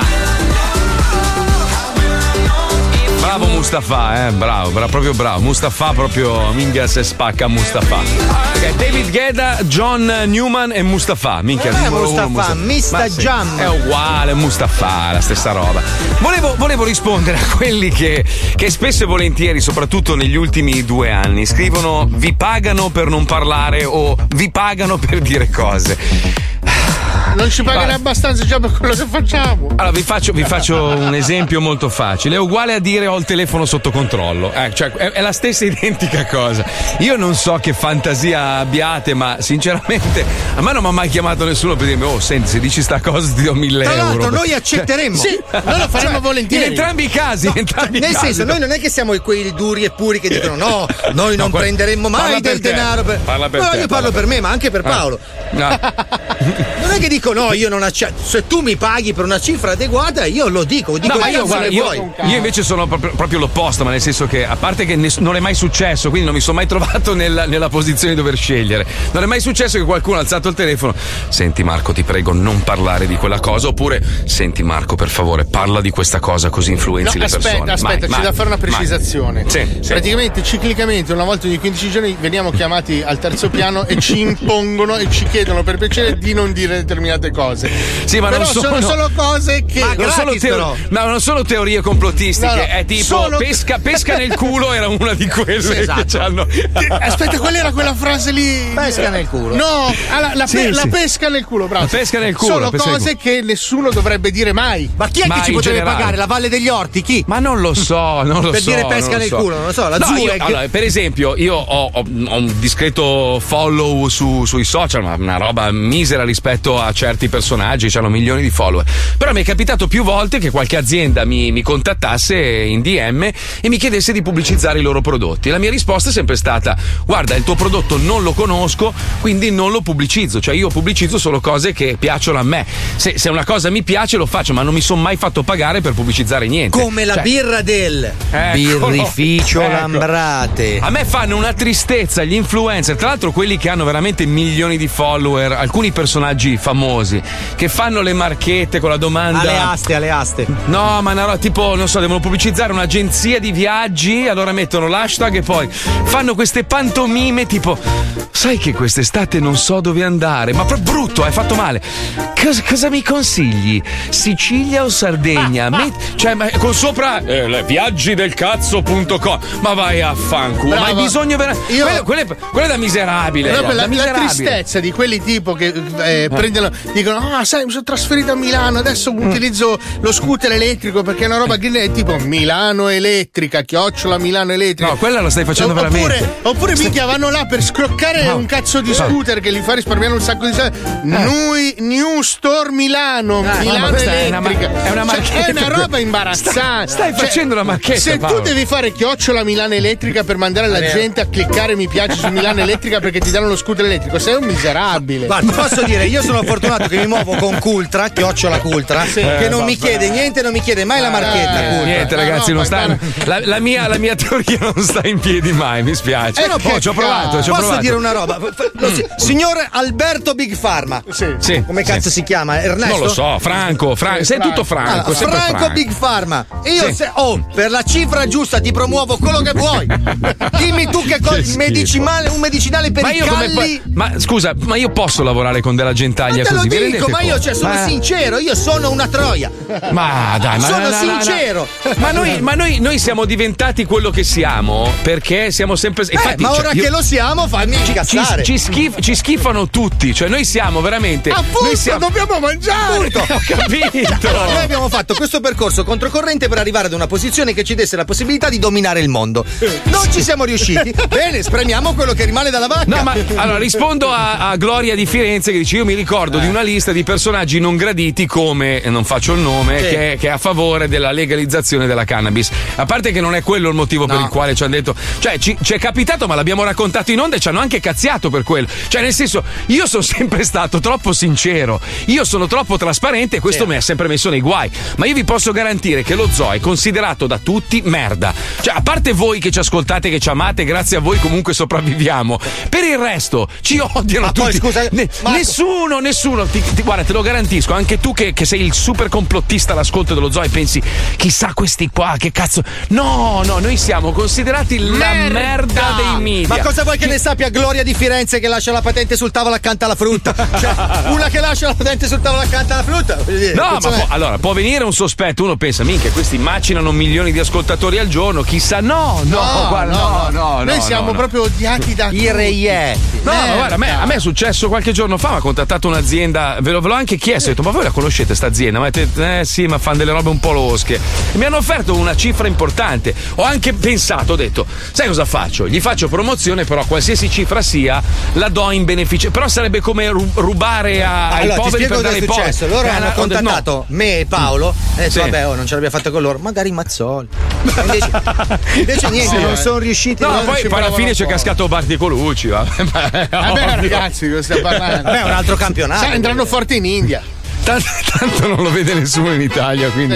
Bravo Mustafa, eh, bravo, bravo, proprio bravo. Mustafa proprio, minchia se spacca Mustafa. Ok, David Guetta, John Newman e Mustafa. Minchia, Non è numero uno, Mustafa, Mista Ma sì, Jam. È uguale, Mustafa, è la stessa roba. Volevo, volevo rispondere a quelli che, che spesso e volentieri, soprattutto negli ultimi due anni, scrivono vi pagano per non parlare o vi pagano per dire cose. Non ci pagano Vai. abbastanza già per quello che facciamo. Allora vi faccio, vi faccio un esempio molto facile. È uguale a dire ho il telefono sotto controllo. Eh, cioè, è, è la stessa identica cosa. Io non so che fantasia abbiate, ma sinceramente a me non mi ha mai chiamato nessuno per dirmi: oh, senti, se dici sta cosa ti do mille Tra euro. l'altro noi accetteremmo. Sì, noi lo faremmo volentieri. In entrambi i casi, in entrambi i Nel casi. senso, noi non è che siamo quei duri e puri che dicono no, noi non No, que- prenderemmo parla mai per del te. denaro. Per... Parla per no, te, io parla parlo per me, ma anche per Paolo. No. Non è che dico no, io non accetto. Se tu mi paghi per una cifra adeguata, io lo dico. dico No, ma il io, cazzo guarda, che io, vuoi. io invece sono proprio, proprio l'opposto, ma nel senso che a parte che ness- non è mai successo, quindi non mi sono mai trovato nella, nella posizione di dover scegliere. Non è mai successo che qualcuno ha alzato il telefono: senti Marco, ti prego non parlare di quella cosa, oppure senti Marco, per favore, parla di questa cosa così influenzi No, le aspetta, persone. aspetta, Mai, c'è mai, da fare una mai. precisazione. Sì, sì. Praticamente, ciclicamente, una volta ogni quindici giorni veniamo chiamati al terzo piano e ci impongono e ci chiedono per piacere di non dire determinate cose. Sì, ma però non sono, sono solo cose che. Ma non sono, teo- ma non sono teorie complottistiche, No, no, è tipo solo- pesca, pesca nel culo era una di quelle Sì, esatto. che c'hanno. Aspetta, qual era quella frase lì? Pesca nel culo. No, ah, la, la, Sì, pe- sì. la pesca nel culo, bravo. La pesca nel culo, Sono la pesca nel cose che nessuno dovrebbe dire mai. Ma chi è Ma che ci in potrebbe generale. pagare? La Valle degli Orti? Chi? Ma non lo so, non lo Per so. dire pesca non lo nel so. culo, non lo so, la No, io- Zueg. allora, per esempio, io ho, ho- ho un discreto follow su- sui social, ma una roba misera rispetto a certi personaggi, che hanno milioni di follower. Però mi è capitato più volte che qualche azienda mi, mi contattasse in D M e mi chiedesse di pubblicizzare i loro prodotti. La mia risposta è sempre stata: guarda, il tuo prodotto non lo conosco, quindi non lo pubblicizzo. Cioè, io pubblicizzo solo cose che piacciono a me. Se, se una cosa mi piace, lo faccio, ma non mi sono mai fatto pagare per pubblicizzare niente. Come la Cioè, birra del Eccolo. birrificio Ecco. Lambrate. A me fanno una tristezza gli influencer, tra l'altro quelli che hanno veramente milioni di follower, alcuni personaggi famosi, che fanno le marchette con la domanda. Alle aste, alle aste. No, ma una roba tipo, non so, devono pubblicizzare un'agenzia di viaggi, allora mettono l'hashtag e poi fanno queste pantomime tipo: sai che quest'estate non so dove andare, ma proprio brutto, hai fatto male. Cosa, cosa mi consigli? Sicilia o Sardegna? Met- cioè, ma con sopra eh, le viaggi del cazzo punto com. Ma vai a fanculo, ma hai Brava. bisogno veramente. Io- Quello, quello è, quello è da miserabile. Proprio da la, la miserabile. tristezza di quelli tipo che eh, prendono, dicono: ah, sai, mi sono trasferito a Milano, adesso Mm. utilizzo lo scooter elettrico perché è una roba green, è tipo Milano elettrica, chiocciola Milano elettrica. No, quella lo stai facendo oppure, veramente. Oppure minchia vanno là per scroccare No. un cazzo di No. scooter che li fa risparmiare un sacco di soldi. New, New Store Milano, Eh, Milano ma questa è una ma- elettrica. è una Cioè, marchetta. è una roba imbarazzante. Stai- stai facendo una marchetta, Se Paolo. tu devi fare chiocciola Milano elettrica per mandare la Vero. gente a cliccare mi piace su Milano elettrica perché ti danno lo scooter elettrico, sei un miserabile. Guarda, posso dire, io sono fortunato che mi muovo con Cultra, chiocciola Cultra, Sì. che Eh, non mi vabbè. chiede niente, non mi chiede mai la marchetta. Eh, Cultra. Niente, No, ragazzi, no, non ma- sta. La, la mia, la mia teoria non sta in piedi mai, mi spiace. Eh, no, Oh, che ci ho provato, ci ho Posso provato. dire una roba? Lo si- signor Alberto Big Pharma. Sì. Sì, Come cazzo sì. si chiama? Ernesto? Non lo so, Franco, Franco, sei tutto Franco, Allora, sempre Franco, Franco. Big Pharma. Io Sì. se, oh, per la cifra giusta ti promuovo quello che vuoi. Dimmi tu che cosa. schifo. Medicinale, un medicinale per Ma i io come calli. po- ma scusa, ma io posso lavorare con della gentaglia Ma te lo così? Vi dico, rendete ma io conto? cioè, sono Ma- sincero, io sono una troia. Ma dai, ma Sono no, no, no, no. sincero. Ma, noi, ma noi, noi siamo diventati quello che siamo perché siamo sempre. Eh, Infatti, ma cioè, ora io- che lo siamo, fammi ci, incazzare. ci, schif- ci schifano tutti, cioè noi siamo veramente. Appunto, noi siamo. dobbiamo mangiare. Appunto. Ho capito. Allora, noi abbiamo fatto questo percorso controcorrente per arrivare ad una posizione che ci desse la possibilità di dominare il mondo. Non ci siamo riusciti. Bene, spremiamo quello che rimane dalla vacca. No, ma allora rispondo a, a Gloria di Firenze che dice: io mi ricordo ricordo Eh. di una lista di personaggi non graditi come, non faccio il nome, Sì. che, che è a favore della legalizzazione della cannabis. A parte che non è quello il motivo per il quale ci hanno detto, cioè ci, ci è capitato, ma l'abbiamo raccontato in onda e ci hanno anche cazziato per quello. Cioè, nel senso, io sono sempre stato troppo sincero, io sono troppo trasparente e questo mi ha sempre messo nei guai. Ma io vi posso garantire che lo zoo è considerato da tutti merda. Cioè, a parte voi che ci ascoltate, che ci amate, grazie a voi comunque sopravviviamo. Per il resto, ci odiano Ma tutti. poi, scusa, Ne- Marco. nessuno, nessuno. Ti, ti- guarda, te lo garantisco. Anche tu che, che sei il super complottista all'ascolto dello zoo e pensi, chissà questi qua, che cazzo. No, no, noi siamo considerati la merda dei media. Ma cosa vuoi che ne sappia Gloria di Firenze che lascia la patente sul tavolo accanto alla frutta? Cioè, una che lascia la patente sul tavolo accanto alla frutta? Voglio dire, No, ma cosa può, è? allora può venire un sospetto, uno pensa, minchia, questi macinano milioni di ascoltatori al giorno, chissà, no, no, guarda, no, no, Noi no, siamo no, no. proprio odiati da I reietti. No, ma guarda, a me, a me è successo qualche giorno fa, mi ha contattato un'azienda, ve, lo, ve l'ho anche chiesto, ho detto, ma voi la conoscete sta azienda? Ma eh sì, ma fanno delle robe un po' losche. E mi hanno offerto una cifra importante. Ho anche pensato, ho detto, sai cosa faccio? Gli faccio promozione, però qualsiasi cifra sia, la do in beneficio. Però sarebbe come ru- rubare a, ai Allora, ti poveri spiego per cosa dare è ai poveri. successo. Loro Eh, hanno no, contattato no. me e Paolo e detto, Sì. vabbè, oh, non ce l'abbiamo fatta con loro, magari Mazzoli. E Invece, invece niente, Sì, non eh. sono riusciti. No, non poi, ci poi alla provano fine c'è un po'. cascato Barti Colucci. Vabbè, Vabbè, ovvio. ragazzi, cosa stiamo parlando? Vabbè, è un altro campionato. Sta entrando forte in India. Tanto, tanto non lo vede nessuno in Italia, quindi.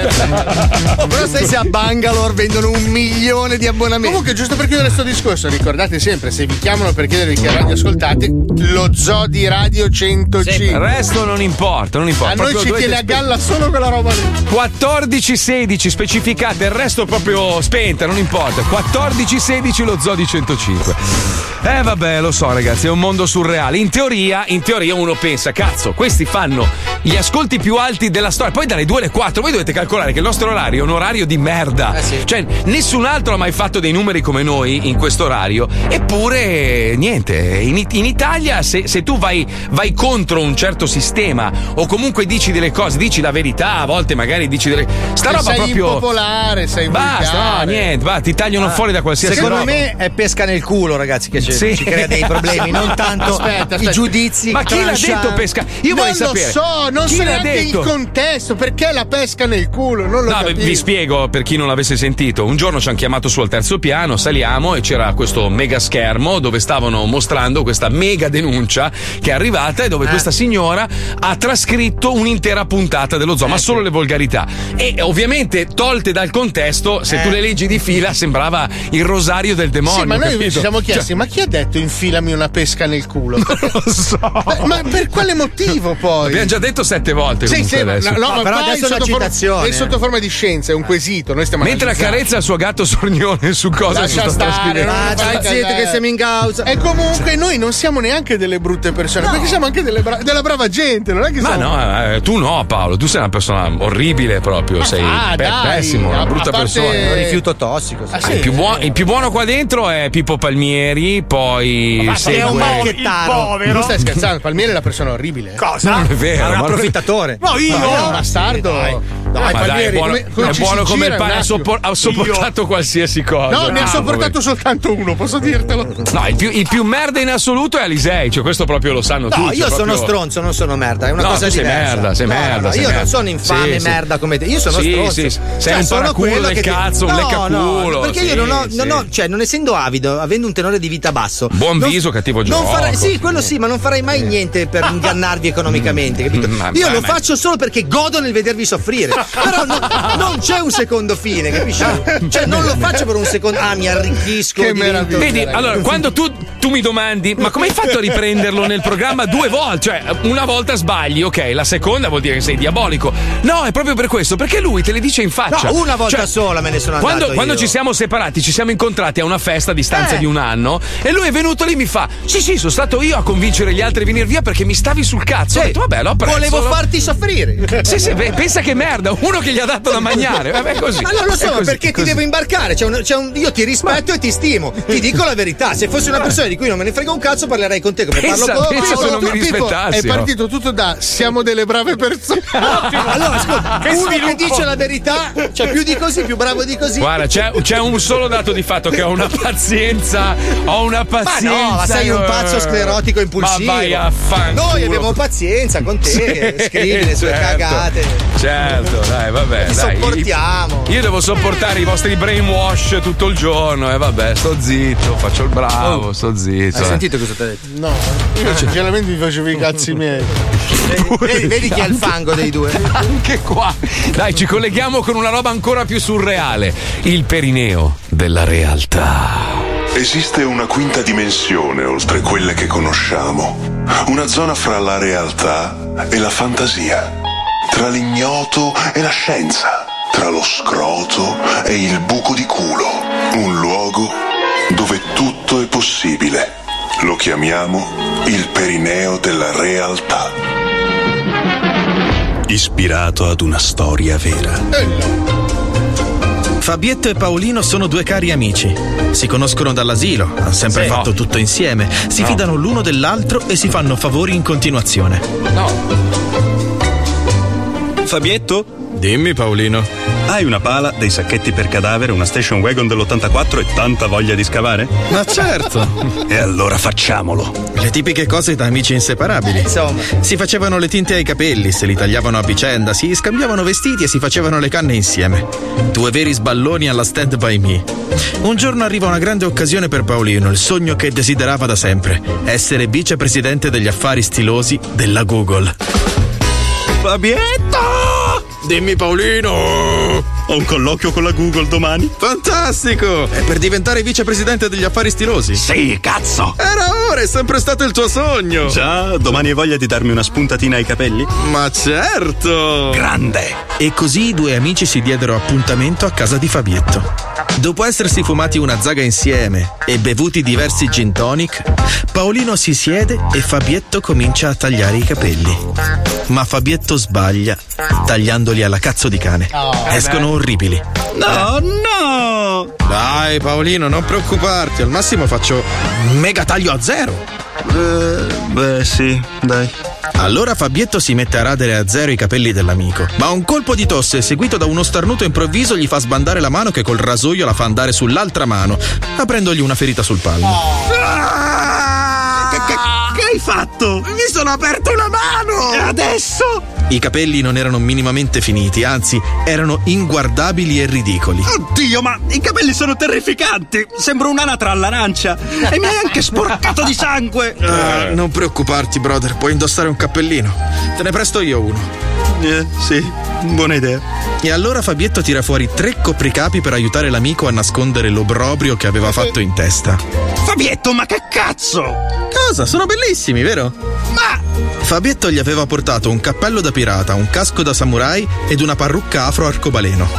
Oh, però sai se a Bangalore vendono un milione di abbonamenti. Comunque, giusto per chiudere questo discorso, ricordate sempre, se vi chiamano per chiedervi che radio ascoltate, lo zoo di Radio centocinque. Il resto non importa, non importa. A noi Proprio ci dovete tiene a spe- galla solo quella roba lì. quattordici sedici specificate, il resto proprio spenta, non importa. quattordici sedici lo zoo di centocinque. Eh vabbè, lo so ragazzi, è un mondo surreale. In teoria, in teoria uno pensa, cazzo, questi fanno gli ascolti più alti della storia. Poi dalle due alle quattro, voi dovete calcolare che il nostro orario è un orario di merda. Eh sì. Cioè, nessun altro ha mai fatto dei numeri come noi in questo orario. Eppure, niente, in, in Italia se, se tu vai, vai contro un certo sistema o comunque dici delle cose, dici la verità, a volte magari dici delle... Sta Se roba sei proprio... impopolare, sei Basta, no, volgare. niente, va, ti tagliano Ah, fuori da qualsiasi Secondo roba. me è pesca nel culo, ragazzi, che ci, Sì. ci crea dei problemi, non tanto Aspetta, aspetta. i giudizi. Ma chi l'ha tranchant. detto pesca? Io non vorrei lo sapere. so, non chi so l'ha neanche detto? il contesto, perché la pesca nel culo, non lo No, capisco. vi spiego per chi non l'avesse sentito. Un giorno ci hanno chiamato su al terzo piano, saliamo e c'era questo mega schermo dove stavano mostrando questa mega denuncia che è arrivata e dove Eh. questa signora ha trascritto un'intera puntata dello zoo, ma solo le volgarità. E ovviamente tolte dal contesto, se Eh. tu le leggi di fila sembrava il rosario del demonio. Sì, ma noi capito? ci siamo chiesti, Cioè, ma chi ha detto infilami una pesca nel culo? non lo so. Beh, ma per quale motivo poi? Abbiamo già detto sette volte. Sì, comunque sì, ma, adesso. no, no, ma però qua adesso è è una sotto forma- citazione. è sotto forma di scienza, è un quesito. Noi stiamo Mentre analizzando. accarezza il suo gatto sornione su cosa Lascia si sta stare, trascrivendo. non Ah, fai stai zitto cagare. che siamo in causa. E comunque noi non siamo neanche delle brutte persone, perché siamo anche delle bra- della brava gente, non è che Ma siamo... no, eh, tu no, Paolo, tu sei una persona orribile proprio, sei ah, pe- dai, pessimo, una a- brutta a parte- persona. È un rifiuto tossico. sì. Ah, sì? Il più, buono, il più buono qua dentro è Pippo Palmieri, poi Ma segue- è un po- marchettaro. Il povero. Non stai scherzando, Palmieri è una persona orribile. Cosa? Non è vero, È un ma- approfittatore. No, io? Ma è un bastardo. Dai, ma dai, è Palmieri, buono, come- come è ci buono si come il gira pane, un ha, attimo. soppor- ha sopportato qualsiasi cosa. No, ne ha Ah, sopportato vabbè. soltanto uno, posso dirtelo. No, il più, il più merda in assoluto è Alisei, cioè questo proprio lo sanno No, tutti. io è sono proprio- stronzo, non sono merda, è una No, cosa tu sei diversa. merda, sei No, no, merda, no, sei io merda. non sono infame Sì, sì. merda come te, io sono Sì, stronzo. sì, sì. Sei Cioè, un sono paraculo quello del che ti- cazzo, un no, leccaculo, no, perché sì, io non ho, sì. non ho, cioè, non essendo avido, avendo un tenore di vita basso. Buon non- viso, cattivo non gioco. farei- Sì, quello sì, ma non farei mai niente per ingannarvi economicamente, capito? Ma- Io ma- lo ma- faccio solo perché godo nel vedervi soffrire. Però no- non c'è un secondo fine, capisci? Cioè, non lo faccio per un secondo. Ah, mi arricchisco. Che divento- meraviglia. Vedi, allora, quando tu, tu mi domandi, ma come hai fatto a riprenderlo nel programma due volte? Cioè, una volta sbagli, ok, la seconda vuol dire che sei diabolico. No, è proprio per questo, perché lui te le dice in faccia. No, una volta Cioè, sola me ne sono Quando, andato quando io. ci siamo separati, ci siamo incontrati a una festa a distanza Eh. di un anno e lui è venuto lì e mi fa: Sì, sì, sono stato io a convincere gli altri a venire via perché mi stavi sul cazzo. Ho Sì. detto, vabbè, l'ho preso. Volevo l'ho- farti soffrire. Sì, sì, beh, pensa che merda. da uno che gli ha dato da mangiare. Vabbè, così. Ma non lo È so, così, perché così. ti devo imbarcare? C'è un, c'è un, io ti rispetto e ti stimo. Ti dico la verità. Se fossi una persona di cui non me ne frega un cazzo, parlerei con te come Pensa- parlo con pensa se non mi Tipo, rispettassero. è partito tutto da siamo delle brave persone. Allora, ascolta, Che uno che sviluppo. dice la verità, cioè più di così, più bravo di così. Guarda, c'è, c'è un solo dato di fatto che ho una pazienza. Ho una pazienza. Ma no, ma sei un pazzo sclerotico impulsivo. Ma vai a fanculo. Noi abbiamo pazienza con te, che scrivi le tue certo. cagate. Certo, dai, vabbè. Ti dai. sopportiamo. Io devo sopportare i vostri brainwash tutto il giorno. E vabbè, sto zitto, faccio il bravo, sto zitto. Hai eh. sentito cosa ti ha detto? No, io sinceramente mi facevo i cazzi miei. Vedi, vedi chi ha il fango dei due? Anche qua. Dai, ci colleghiamo con una roba ancora più surreale. Il perineo della realtà. Esiste una quinta dimensione oltre quelle che conosciamo. Una zona fra la realtà e la fantasia. Tra l'ignoto e la scienza. Tra lo scroto e il buco di culo. Un luogo dove tutto è possibile. Lo chiamiamo il perineo della realtà. Ispirato ad una storia vera. Fabietto e Paolino sono due cari amici. Si conoscono dall'asilo, hanno sempre Sì. fatto No. tutto insieme, si No. fidano l'uno dell'altro e si fanno favori in continuazione. No. Fabietto? Dimmi, Paolino. Hai una pala, dei sacchetti per cadavere, una station wagon dell'ottantaquattro e tanta voglia di scavare? Ma certo! E allora facciamolo. Le tipiche cose da amici inseparabili. Insomma. Si facevano le tinte ai capelli, se li tagliavano a vicenda, si scambiavano vestiti e si facevano le canne insieme. Due veri sballoni alla Stand By Me. Un giorno arriva una grande occasione per Paolino, il sogno che desiderava da sempre: essere vicepresidente degli affari stilosi della Google. Fabietto! Dimmi, Paolino! Ho un colloquio con la Google domani. Fantastico! È per diventare vicepresidente degli affari stilosi? Sì, cazzo! Era ora, è sempre stato il tuo sogno! Già, domani hai voglia di darmi una spuntatina ai capelli? Ma certo! Grande! E così i due amici si diedero appuntamento a casa di Fabietto. Dopo essersi fumati una zaga insieme e bevuti diversi gin tonic, Paolino si siede e Fabietto comincia a tagliare i capelli. Ma Fabietto sbaglia, tagliandoli alla cazzo di cane. Escono orribili. No, no! Dai, Paolino, non preoccuparti, al massimo faccio mega taglio a zero. Eh, beh, sì, dai. Allora Fabietto si mette a radere a zero i capelli dell'amico, ma un colpo di tosse seguito da uno starnuto improvviso gli fa sbandare la mano che col rasoio la fa andare sull'altra mano, aprendogli una ferita sul palmo. Che, che- che hai fatto? Mi sono aperto una mano! E adesso? I capelli non erano minimamente finiti, anzi, erano inguardabili e ridicoli. Oddio, ma i capelli sono terrificanti! Sembra un'anatra all'arancia! E mi hai anche sporcato di sangue! Ah, non preoccuparti, brother, puoi indossare un cappellino. Te ne presto io uno. Eh, sì, buona idea. E allora Fabietto tira fuori tre copricapi per aiutare l'amico a nascondere l'obbrobrio che aveva fatto in testa. Fabietto, ma che cazzo? Cosa? Sono bellissimi, vero? Ma... Fabietto gli aveva portato un cappello da pirata, un casco da samurai ed una parrucca afro arcobaleno.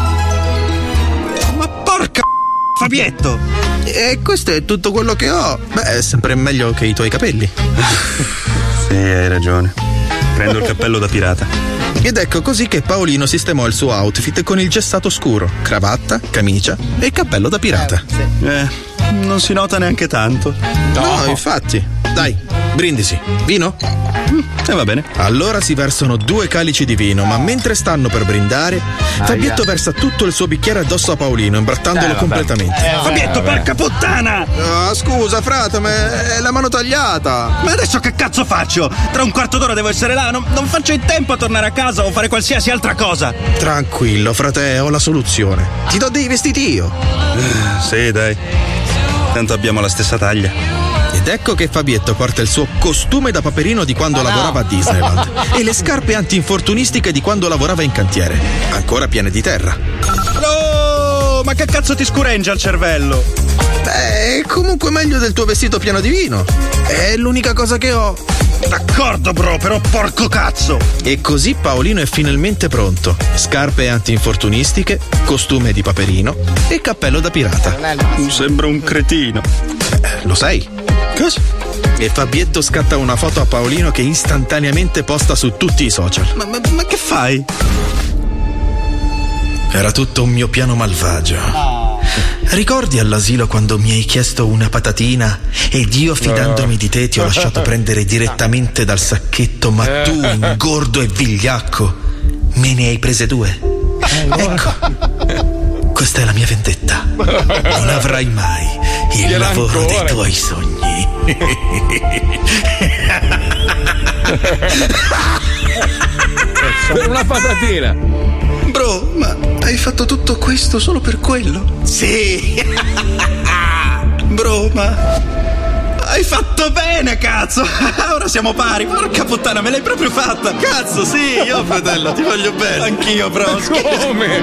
Ma porca Fabietto! E questo è tutto quello che ho. Beh, è sempre meglio che i tuoi capelli. Sì, hai ragione. Prendo il cappello da pirata. Ed ecco così che Paolino sistemò il suo outfit con il gessato scuro, cravatta, camicia e cappello da pirata. Eh, non si nota neanche tanto. No, infatti. Dai, brindisi. Vino? E eh, va bene. Allora si versano due calici di vino, ma mentre stanno per brindare, Fabietto versa tutto il suo bicchiere addosso a Paolino, imbrattandolo Eh, vabbè. completamente. Eh, Fabietto, vabbè. porca puttana! Ah, scusa, frate, ma è la mano tagliata. Ma adesso che cazzo faccio? Tra un quarto d'ora devo essere là, non, non faccio in tempo a tornare a casa o fare qualsiasi altra cosa. Tranquillo, frate, ho la soluzione. Ti do dei vestiti io. Eh, sì, dai. Tanto abbiamo la stessa taglia. Ed ecco che Fabietto porta il suo costume da paperino di quando lavorava a Disneyland e le scarpe antinfortunistiche di quando lavorava in cantiere, ancora piene di terra. No, ma che cazzo ti scureggia il cervello? Beh, è comunque meglio del tuo vestito pieno di vino. È l'unica cosa che ho. D'accordo, bro, però porco cazzo! E così Paolino è finalmente pronto. Scarpe antinfortunistiche, costume di paperino e cappello da pirata. Sembra un cretino. Eh, lo sei? Cosa? E Fabietto scatta una foto a Paolino che istantaneamente posta su tutti i social. Ma, ma, ma che fai? Era tutto un mio piano malvagio. Ricordi all'asilo quando mi hai chiesto una patatina ed io, fidandomi di te, ti ho lasciato prendere direttamente dal sacchetto, ma tu, ingordo e vigliacco, me ne hai prese due? Ecco, questa è la mia vendetta. Non avrai mai il Gliela lavoro ancora. dei tuoi sogni. Per una patatina. Bro, ma hai fatto tutto questo solo per quello? Sì. Bro, ma hai fatto bene, cazzo. Ora siamo pari. Porca puttana, me l'hai proprio fatta. Cazzo, sì, io fratello, ti voglio bene. Anch'io, bro. Come?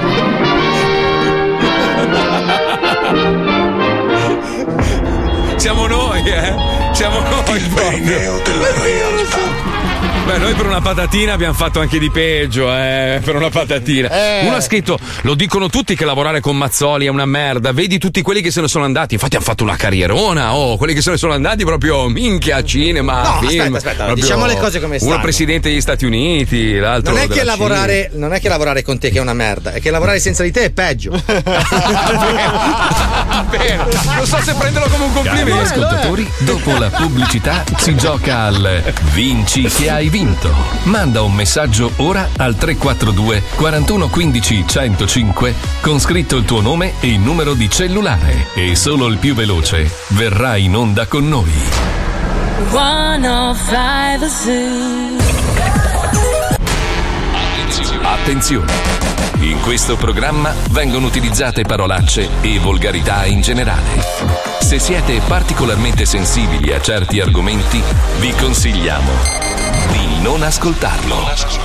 Siamo noi, eh? Siamo noi proprio. Beh, noi per una patatina abbiamo fatto anche di peggio, eh, per una patatina. Eh. Uno ha scritto, lo dicono tutti che lavorare con Mazzoli è una merda, vedi tutti quelli che se ne sono andati, infatti hanno fatto una carrierona, oh, quelli che se ne sono andati proprio minchia, cinema, No, film. aspetta, aspetta, proprio diciamo le cose come Uno stanno. presidente degli Stati Uniti, l'altro Non è, che della lavorare, non è che lavorare con te che è una merda, è che lavorare senza di te è peggio. Bene, non so se prenderlo come un Cari complimento. ascoltatori, dopo la pubblicità si gioca al Vinci che hai vinto. Manda un messaggio ora al tre quattro due quarantuno quindici centocinque con scritto il tuo nome e il numero di cellulare e solo il più veloce verrà in onda con noi. centocinque Zoo. Attenzione! In questo programma vengono utilizzate parolacce e volgarità in generale. Se siete particolarmente sensibili a certi argomenti, vi consigliamo di non ascoltarlo.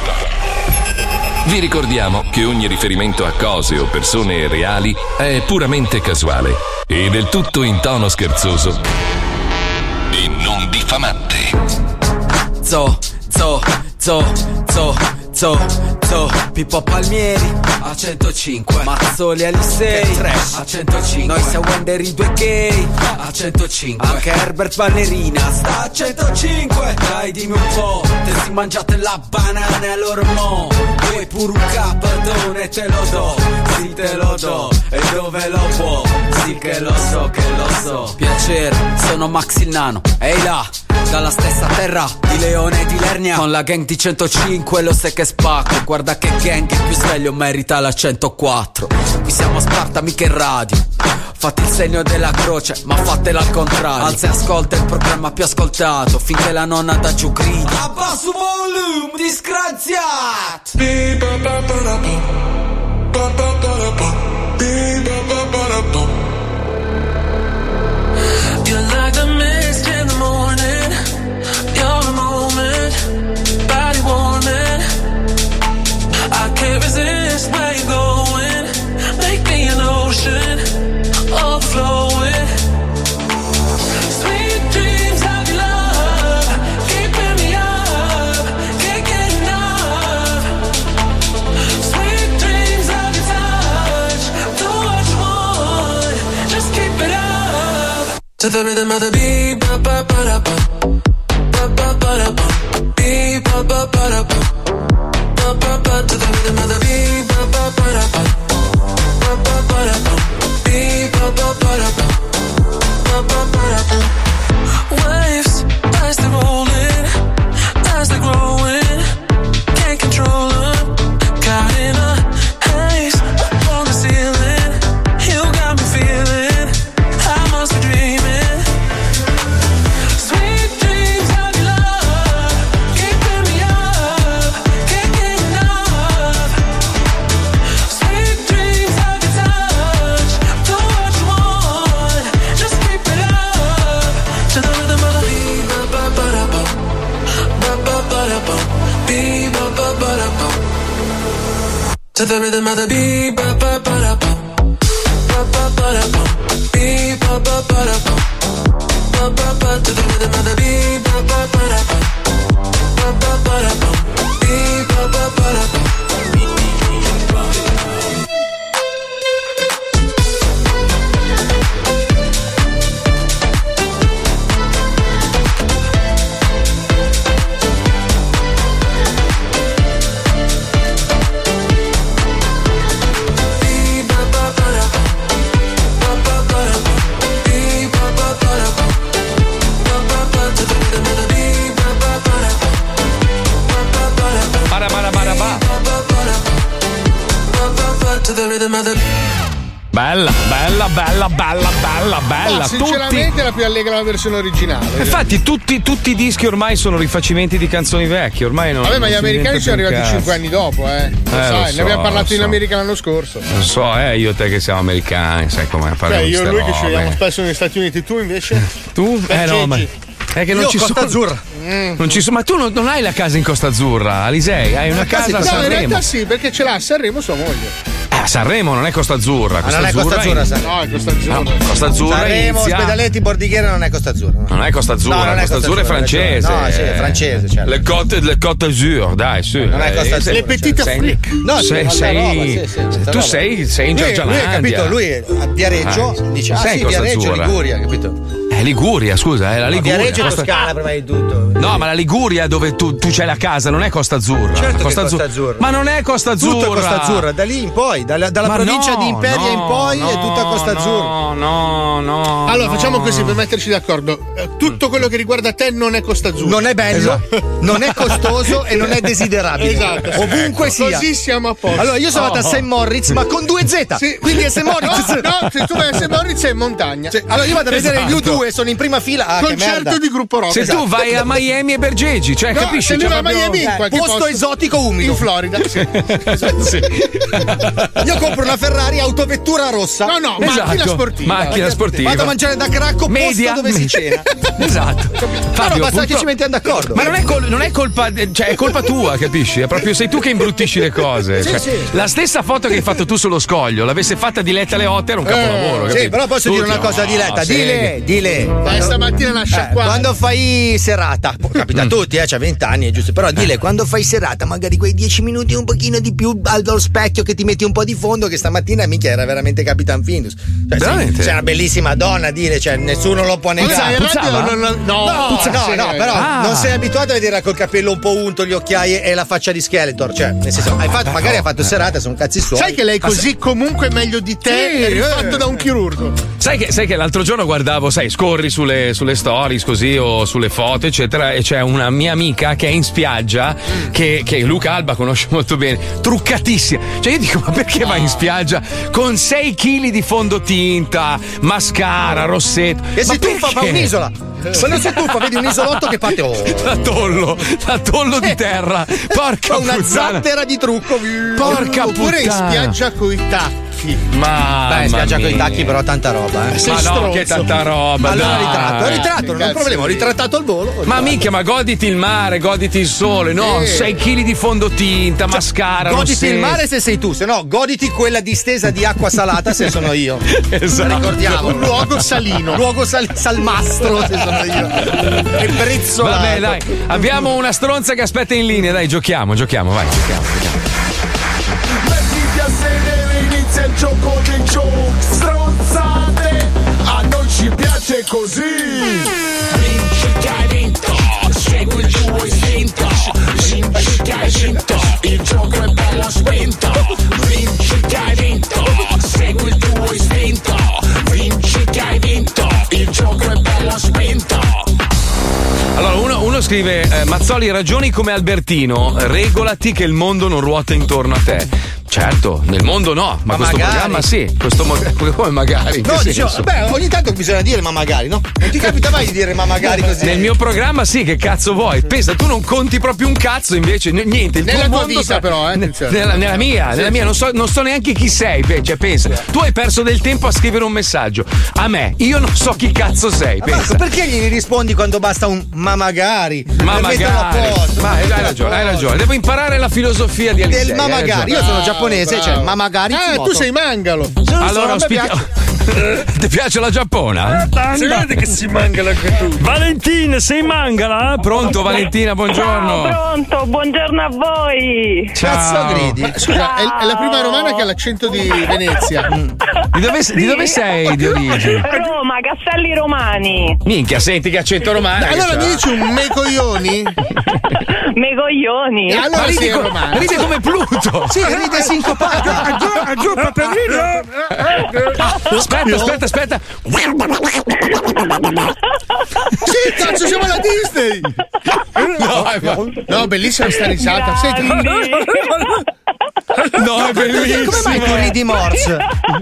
Vi ricordiamo che ogni riferimento a cose o persone reali è puramente casuale e del tutto in tono scherzoso e non diffamante. Zo, zo, zo, zo, zo, zo, Pippo Palmieri a centocinque, Mazzoli Alisei a centocinque, noi siamo Wender i due gay a centocinque, anche Herbert Ballerina sta a centocinque. Dai dimmi un po', te si mangiate la banana e allora mo vuoi pure un capadone, te lo do, sì te lo do, e dove lo può, sì che lo so, che lo so. Piacere, sono Max il Nano, ehi là, dalla stessa terra di Leone e di Lernia, con la gang di centocinque lo sai che spacco, guarda che gang il più sveglio merita la centoquattro. Qui siamo a Sparta, mica in radio, fate il segno della croce ma fatela al contrario, alza e ascolta il programma più ascoltato finché la nonna da giù grida abbasso volume disgraziato. You're like the mist in the morning. You're a moment, body warming. I can't resist where you're going. Make me an ocean, overflowing. Sweet dreams of your love, keeping me up, can't get enough. Sweet dreams of your touch, do what you want, just keep it up. To the rhythm of the beat, ba ba ba da ba, ba ba ba da ba, beat ba ba ba da ba, ba ba ba. To the rhythm of the beat, ba ba ba da ba, ba ba ba da ba, beat ba ba ba da ba, ba ba ba da ba. Waves as they're rolling, as they're growing, can't control them. Caught in a haze on the ceiling, you got me feeling I must be dreaming. Sweet dreams of your love, keeping me up, can't get enough. Sweet dreams of your touch, do what you want, just keep it up. To the rhythm of the beat, ba ba ba da ba, ba ba ba da ba, beat ba ba ba da ba. To the rhythm of the beat, ba ba ba da ba, ba ba ba da ba, beat ba ba ba da ba, ba ba ba. To the rhythm of the beat, ba ba ba da ba, ba ba ba da ba, beat ba ba ba da ba. Bella, bella, bella, bella, bella, bella. Ma sinceramente Tutti- è la più allegra la versione originale. Infatti, tutti, tutti i dischi ormai sono rifacimenti di canzoni vecchie. Ormai non. Vabbè, ma non gli si americani inventa sono più un arrivati cazzo. cinque anni dopo, eh. Lo Eh, lo sai, so, ne abbiamo parlato lo in so. America l'anno scorso. Non so, eh, io e te che siamo americani, sai come Cioè, parliamo di io e ste lui che ci robe. vediamo spesso negli Stati Uniti, tu invece? Tu? Eh no, ma. È che non Io ci Costa sono. Azzurra. Non ci sono. Ma tu non, non hai la casa in Costa Azzurra, Alisei, hai una casa a No, in Sanremo. realtà sì, perché ce l'ha a Sanremo sua moglie. Eh, a Sanremo non è Costa Azzurra. Ma Costa non è Costa Azzurra Azzurra, in- Sanremo. No, è Costa Azzurra. No, Costa Azzurra Sanremo, inizia- Ospedaletti, Bordighera non è Costa Azzurra. No, Non è Costa Azzurra, No, non è Costa Costa Azzurra è Azzurra, hai francese. ragione. No, sì, è francese, certo. Le Côte, le Côte d'Azur, dai, su. Non è Costa Eh, Azzurra. Le Petite sei- Afrique. No, sì, sei, tanta sei- roba, sì, sì, tanta tu roba. sei, sei in Lui- Giorgialandia. Lui, capito, lui è a Viareggio, Eh, dice, ah sei in sì, Costa Viareggio, Azzurra. Liguria, capito? È Liguria, scusa, è la Liguria. Viareggio e Costa- Toscana prima di tutto. No, ma la Liguria dove tu, tu c'hai la casa, non è Costa Azzurra. Certo che Costa è Costa Azzurra. Azzurra. Ma non è Costa Azzurra. Tutto è Costa Azzurra, da lì in poi, dalla, dalla Ma provincia no, di Imperia no, in poi è tutta Costa Azzurra. No, no, no. Allora, no. facciamo così per metterci d'accordo. Eh, Tutto quello che riguarda te non è Costa Azzurra. Non è bello, non è costoso e non è desiderabile. Esatto. Ovunque Ecco, sia. Così siamo a posto. Allora, io sono andato a Oh. Saint Moritz, ma con due Z. Sì. Quindi è Saint Moritz. No, no, se tu vai a Saint Moritz è in montagna. Sì, Allora io vado a vedere Esatto. gli U due, sono in prima fila. Ah, che Concerto merda. di gruppo rock. Se Esatto. tu vai a Miami e Bergegi, cioè, No, capisci? se lui C'è va a proprio- Miami in qualche Posto posto esotico umido. in Florida. Sì. Sì. Io compro una Ferrari autovettura rossa. No, no, Esatto. macchina sportiva. Macchina sportiva. Vado a mangiare da Cracco, Media. posto dove si cena. Esatto. No, Fabio, no, basta purtroppo- che ci mettiamo d'accordo. Ma non è, col- non è colpa, cioè è colpa tua, capisci? È proprio sei tu che imbruttisci le cose. Sì, Cioè, sì. La stessa foto che hai fatto tu sullo scoglio, l'avesse fatta Diletta alle otto era un capolavoro. Eh, sì, capito? però posso Tutti, dire una cosa, no, Diletta, sì. dile, dile. Dai, stamattina una Eh, sciacquata. quando fai serata, può- capita a tutti, eh, c'ha vent'anni, è giusto. Però dile, quando fai serata, magari quei dieci minuti un pochino di più allo specchio che ti metti un po' di fondo, che stamattina minchia era veramente Capitan Findus. Cioè, Veramente? sei, sei una bellissima donna, dile, cioè nessuno lo può Puzza, negare. in radio puzzava? non- non- no, No, puzza, no, no, però Ah. non sei abituato a vedere col capello un po' unto, gli occhiai e la faccia di Skeletor. Cioè, nel senso, hai fatto, magari hai fatto serata, sono cazzi suoi. Sai che lei così comunque è meglio di te, Sì, è rifatto eh. da un chirurgo. Sai che, sai che l'altro giorno guardavo, sai, scorri sulle, sulle stories così o sulle foto, eccetera, e c'è una mia amica che è in spiaggia, che, che Luca Alba conosce molto bene, truccatissima. Cioè, io dico, ma perché vai in spiaggia con sei chili di fondotinta, mascara, rossetto? E Ma si tuffa, fa perché? un'isola. Quando si tuffa, vedi un isolotto che parte. Oh. L'atollo, l'atollo di terra. Porca Fa una puttana. zattera di trucco. Porca Oppure in puttana. spiaggia coi tacchi. Ma Beh, in spiaggia con i tacchi, però tanta roba, eh. Sei Ma no, stronzo. che tanta roba. Allora dai. ritratto, ritratto, non è un Cazzo problema, ho di- ritrattato al volo. Ma minchia, ma goditi il mare, goditi il sole, no? Sì. sei chili di fondotinta, mascara, Goditi rossetto. il mare se sei tu, se no goditi quella distesa di acqua salata se sono io. Esatto. Ricordiamo. Un luogo salino. Luogo sal- salmastro se sono io. E brezzolato. Vabbè, dai, abbiamo una stronza che aspetta in linea, dai, giochiamo, giochiamo, vai, giochiamo, giochiamo. Mettiti a sedere, inizia il gioco dei giochi. Stronzate, a noi ci piace così. Vinci che hai vinto, segui il tuo istinto. Vinci che hai vinto, il gioco è bello spinto. Vinci che hai vinto, segui il tuo istinto. Vinci che hai vinto, il gioco è bello spinto. Allora, uno, uno scrive: eh, Mazzoli, ragioni come Albertino, regolati che il mondo non ruota intorno a te. Certo, nel mondo no, ma, Ma questo magari. programma sì. Questo mo- come magari? In No, che dicevo, senso? beh, ogni tanto bisogna dire ma magari, no? Non ti capita mai di dire ma magari così? Nel mio programma sì, che cazzo vuoi? Pensa, tu non conti proprio un cazzo, invece, n- niente. Il Nella tuo tua mondo vita, sta- però, eh, ne- attenzione. nella, nella mia, Sì, nella sì. mia, non so, non so neanche chi sei, pe- cioè, pensa. Tu hai perso del tempo a scrivere un messaggio. A me, io non so chi cazzo sei, Ma pensa. Marco, perché gli rispondi quando basta un ma magari? Ma Per metterlo a magari, posto, ma per hai metterlo a ragione, hai posto. ragione. Devo imparare la filosofia di Alisei. Del ma hai magari. ragione. Io sono giapponese, Bravo. cioè ma magari. Ah, Kimoto. tu sei mangalo. Allora, a me ospitiamo. Ti piace la Giappona? Si vede che si mangala anche tu. Valentina, sei mangala? Pronto, Valentina, buongiorno. Ciao, pronto, buongiorno a voi. Ciao. Ma, scusa, è, è la prima romana che ha l'accento di Venezia. Di dove, di dove sei di origine? Roma, Castelli Romani. Minchia, senti che accento romano. che Allora c'ha. mi dici un me coglioni? Me coglioni. E allora Ma ridi, sei co- romano. ridi come Pluto. Sì, ride sincopato. Aspetta, aspetta, aspetta. Sì, cazzo, siamo alla Disney! No, è- No, bellissima sta risata. Senti. No, è bellissimo. Come mai tu ridi Morse?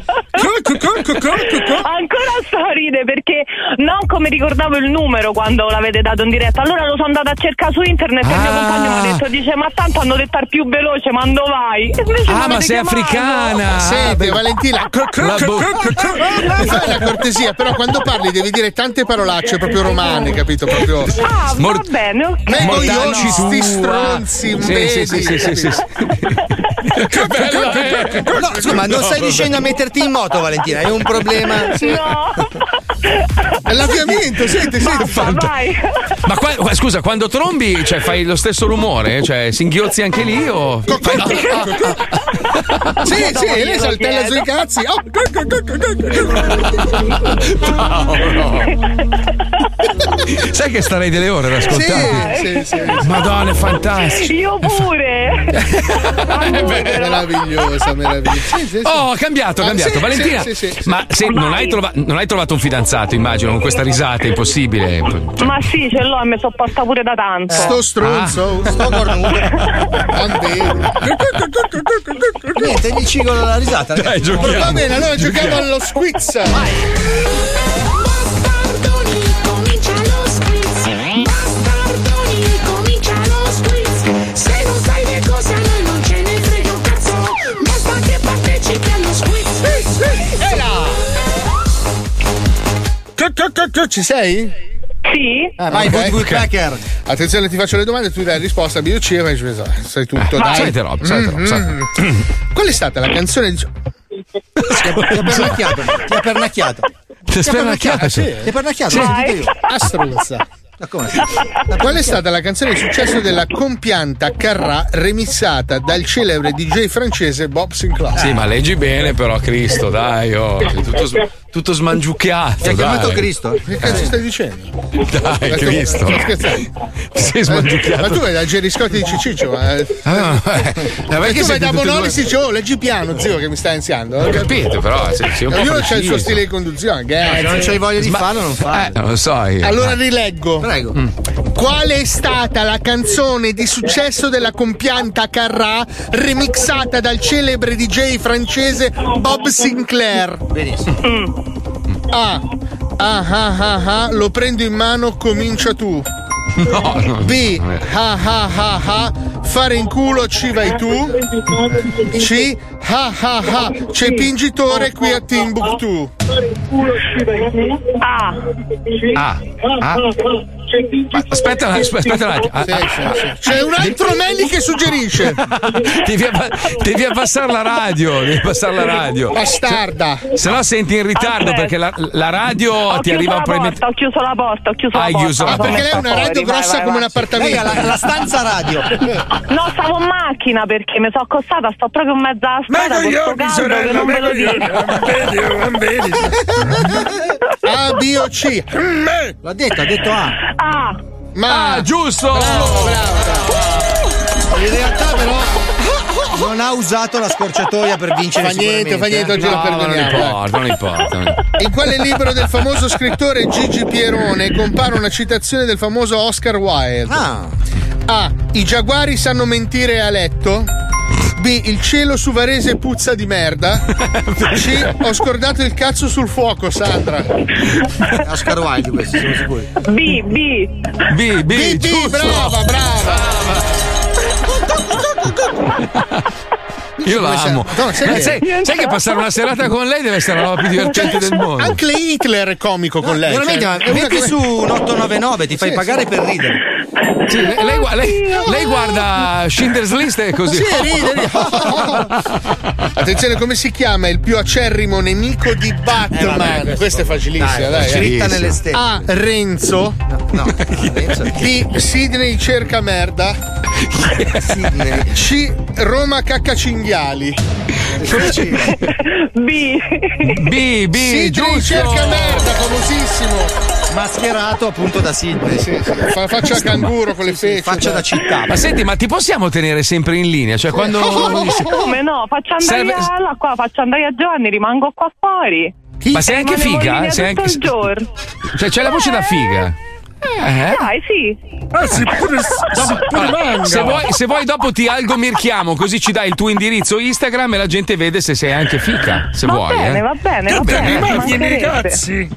Ancora sto a ridere perché non come ricordavo il numero quando l'avete dato in diretta. Allora lo sono andata a cercare su internet e il mio Ah. compagno mi ha detto, dice, ma tanto hanno detto al più veloce, ma dove vai? E invece Ah, mi ma avete sei chiamato. africana. Senti, Valentina, La bo- mi fai la cortesia, però quando parli devi dire tante parolacce proprio romane, capito? Proprio. Ah, Mor- va bene, ok. Mego io Mortacci sti tua. stronzi, Sì, vedi, sì, sì, sì, sì, sì, sì. Che bello è. No, scusa, ma non stai riuscendo a metterti in moto, Valentina? Hai un problema? No. È l'avviamento, senti, senti. Basta, vai. Ma qua- qua- scusa, quando trombi, cioè, fai lo stesso rumore? Cioè, singhiozzi anche lì o. Fai- Sì, sì, lei saltella sui cazzi. Oh. Paolo. Sai che starei delle ore ad ascoltare? Sì, sì, sì. Madonna, è fantastico. Io pure. Meravigliosa, meravigliosa. Sì, sì, sì. Oh, ha cambiato, ha Ah, cambiato. sì, Valentina, sì, sì, sì, ma sì. se non hai, trova- non hai trovato un fidanzato, immagino, con questa risata impossibile. Ma sì, ce l'ho e mi sopporta pure da tanto. Sto stronzo, Ah. sto cornuto. Niente, gli cigolo la risata. Dai, ragazzi. giochiamo. Va bene, allora giochiamo Giochiamo. allo squiz. Bastardoni, comincia lo squiz. Bastardoni, comincia lo squiz. Se non sai le cose a noi non ce ne frega un cazzo. Basta che partecipi allo squiz. E là. Ci sei? Sì? Eh, vai, Ok, Wood ok. Woodpecker. Attenzione, ti faccio le domande, tu dai la risposta, B O C e vai giù, sai tutto, Ah, dai. solite robe, solite robe, solite Mm-hmm. Qual è stata la canzone di... Ti ha pernacchiato. Ti ha pernacchiato. Ti ha spernacchiato? Sì. Ti ha pernacchiato, Sì. l'ho sentito io. Astruzza. Ma come? Qual è stata la canzone di successo della compianta Carrà remixata dal celebre D J francese Bob Sinclair? Sì, ma leggi bene, però, Cristo, dai, oh. Sei tutto, s- tutto smangiucchiato. Ti ha chiamato dai. Cristo? Che cazzo stai dicendo? Dai, Cristo. Sto scherzando. Ti sei smangiucchiato. Ma tu vai da Geriscotti di Ciciccio, ma... Ah, no, eh. E perché tu vai siete da tutti e Bonoli due- e si dice, oh, leggi piano, zio, che mi stai ansiando. Ho capito, però, sei, sei un po' Ognuno c'ha il suo preciso. stile di conduzione, Se non grazie. c'hai voglia di Ma- farlo, non farlo. Eh, non lo so io. Allora rileggo. Prego. Qual è stata la canzone di successo della compianta Carrà remixata dal celebre D J francese Bob Sinclair? Benissimo. A. Ah ah ah ah, lo prendo in mano, comincia tu. No, no. B. Ah ah ah ah, fare in culo, ci vai tu. C. Ah ah ah, c'è pingitore qui a Timbuktu. Ah. Ah, ah. Ma aspetta, un- aspetta un attimo. Ah, Sì, sì, sì. C'è un altro Nelly che suggerisce. Devi, abba- devi abbassare la radio, devi abbassare la radio. Bastarda. Se no senti in ritardo Aspetta. perché la, la radio Ho ti chiuso arriva la probabilmente. porta, ho chiuso la porta, ho chiuso Hai la porta. chiuso la Ah, Sono perché lei è messa una radio fuori, vai, grossa vai, come un vai. appartamento. Lei ha la, la stanza radio. No, stavo in macchina perché mi sono accostata, sto proprio in mezzo alla strada con sto caldo che non ve lo dico. A, B o C? L'ha detto, ha detto A. Ah, Ma Ah, giusto! bravo, bravo, bravo. In realtà però non ha usato la scorciatoia per vincere. Fa niente, fa niente, oggi eh. lo No, non perdoniamo. importa, non importa. non importa. In quale libro del famoso scrittore Gigi Pierone compare una citazione del famoso Oscar Wilde? Ah, A. I giaguari sanno mentire a letto. B. Il cielo su Varese puzza di merda. C. Ho scordato il cazzo sul fuoco, Sandra. Oscar Wilde questo, siamo sicuri. B, B. B, B, B, B, giusto. brava, brava. Io la amo. No, sai Eh, che- sai, sai che passare una serata con lei deve essere la roba più divertente del mondo. Anche Hitler è comico con lei. Veramente, cioè, ma è una metti come- su un otto nove nove, ti fai Sì, pagare sì. per ridere. Sì, lei, lei gua- lei- lei guarda Schindler's List e così. Sì, ride, ride. Attenzione, come si chiama il più acerrimo nemico di Batman? Eh, vabbè, questo- Questa è facilissima, dai. eh. Scritta nelle stelle. A. Renzo. No, penso che- B. Sidney cerca merda. Sidney. C. Roma caccacinghiali. B. B, B, Sidney giusto. cerca merda, famosissimo. Mascherato appunto da Sidney. Sì, sì, fa- faccia a canguro con le feci. Faccia da città. Ma senti, ma ti possiamo tenere sempre in linea? Cioè, quando. Come no? Faccio andare Serve- a qua, faccio andare a Giovanni, rimango qua fuori. Ma sei anche Rimanevo in figa? linea Sei tutto anche... il giorno. Cioè, c'è la voce da figa. Eh? Dai, sì. Ah, si pure, si pure se, se vuoi, se vuoi dopo ti algomirchiamo, così ci dai il tuo indirizzo Instagram e la gente vede se sei anche fica, se Va vuoi. bene, eh. va bene, va bene. ci mancherebbe.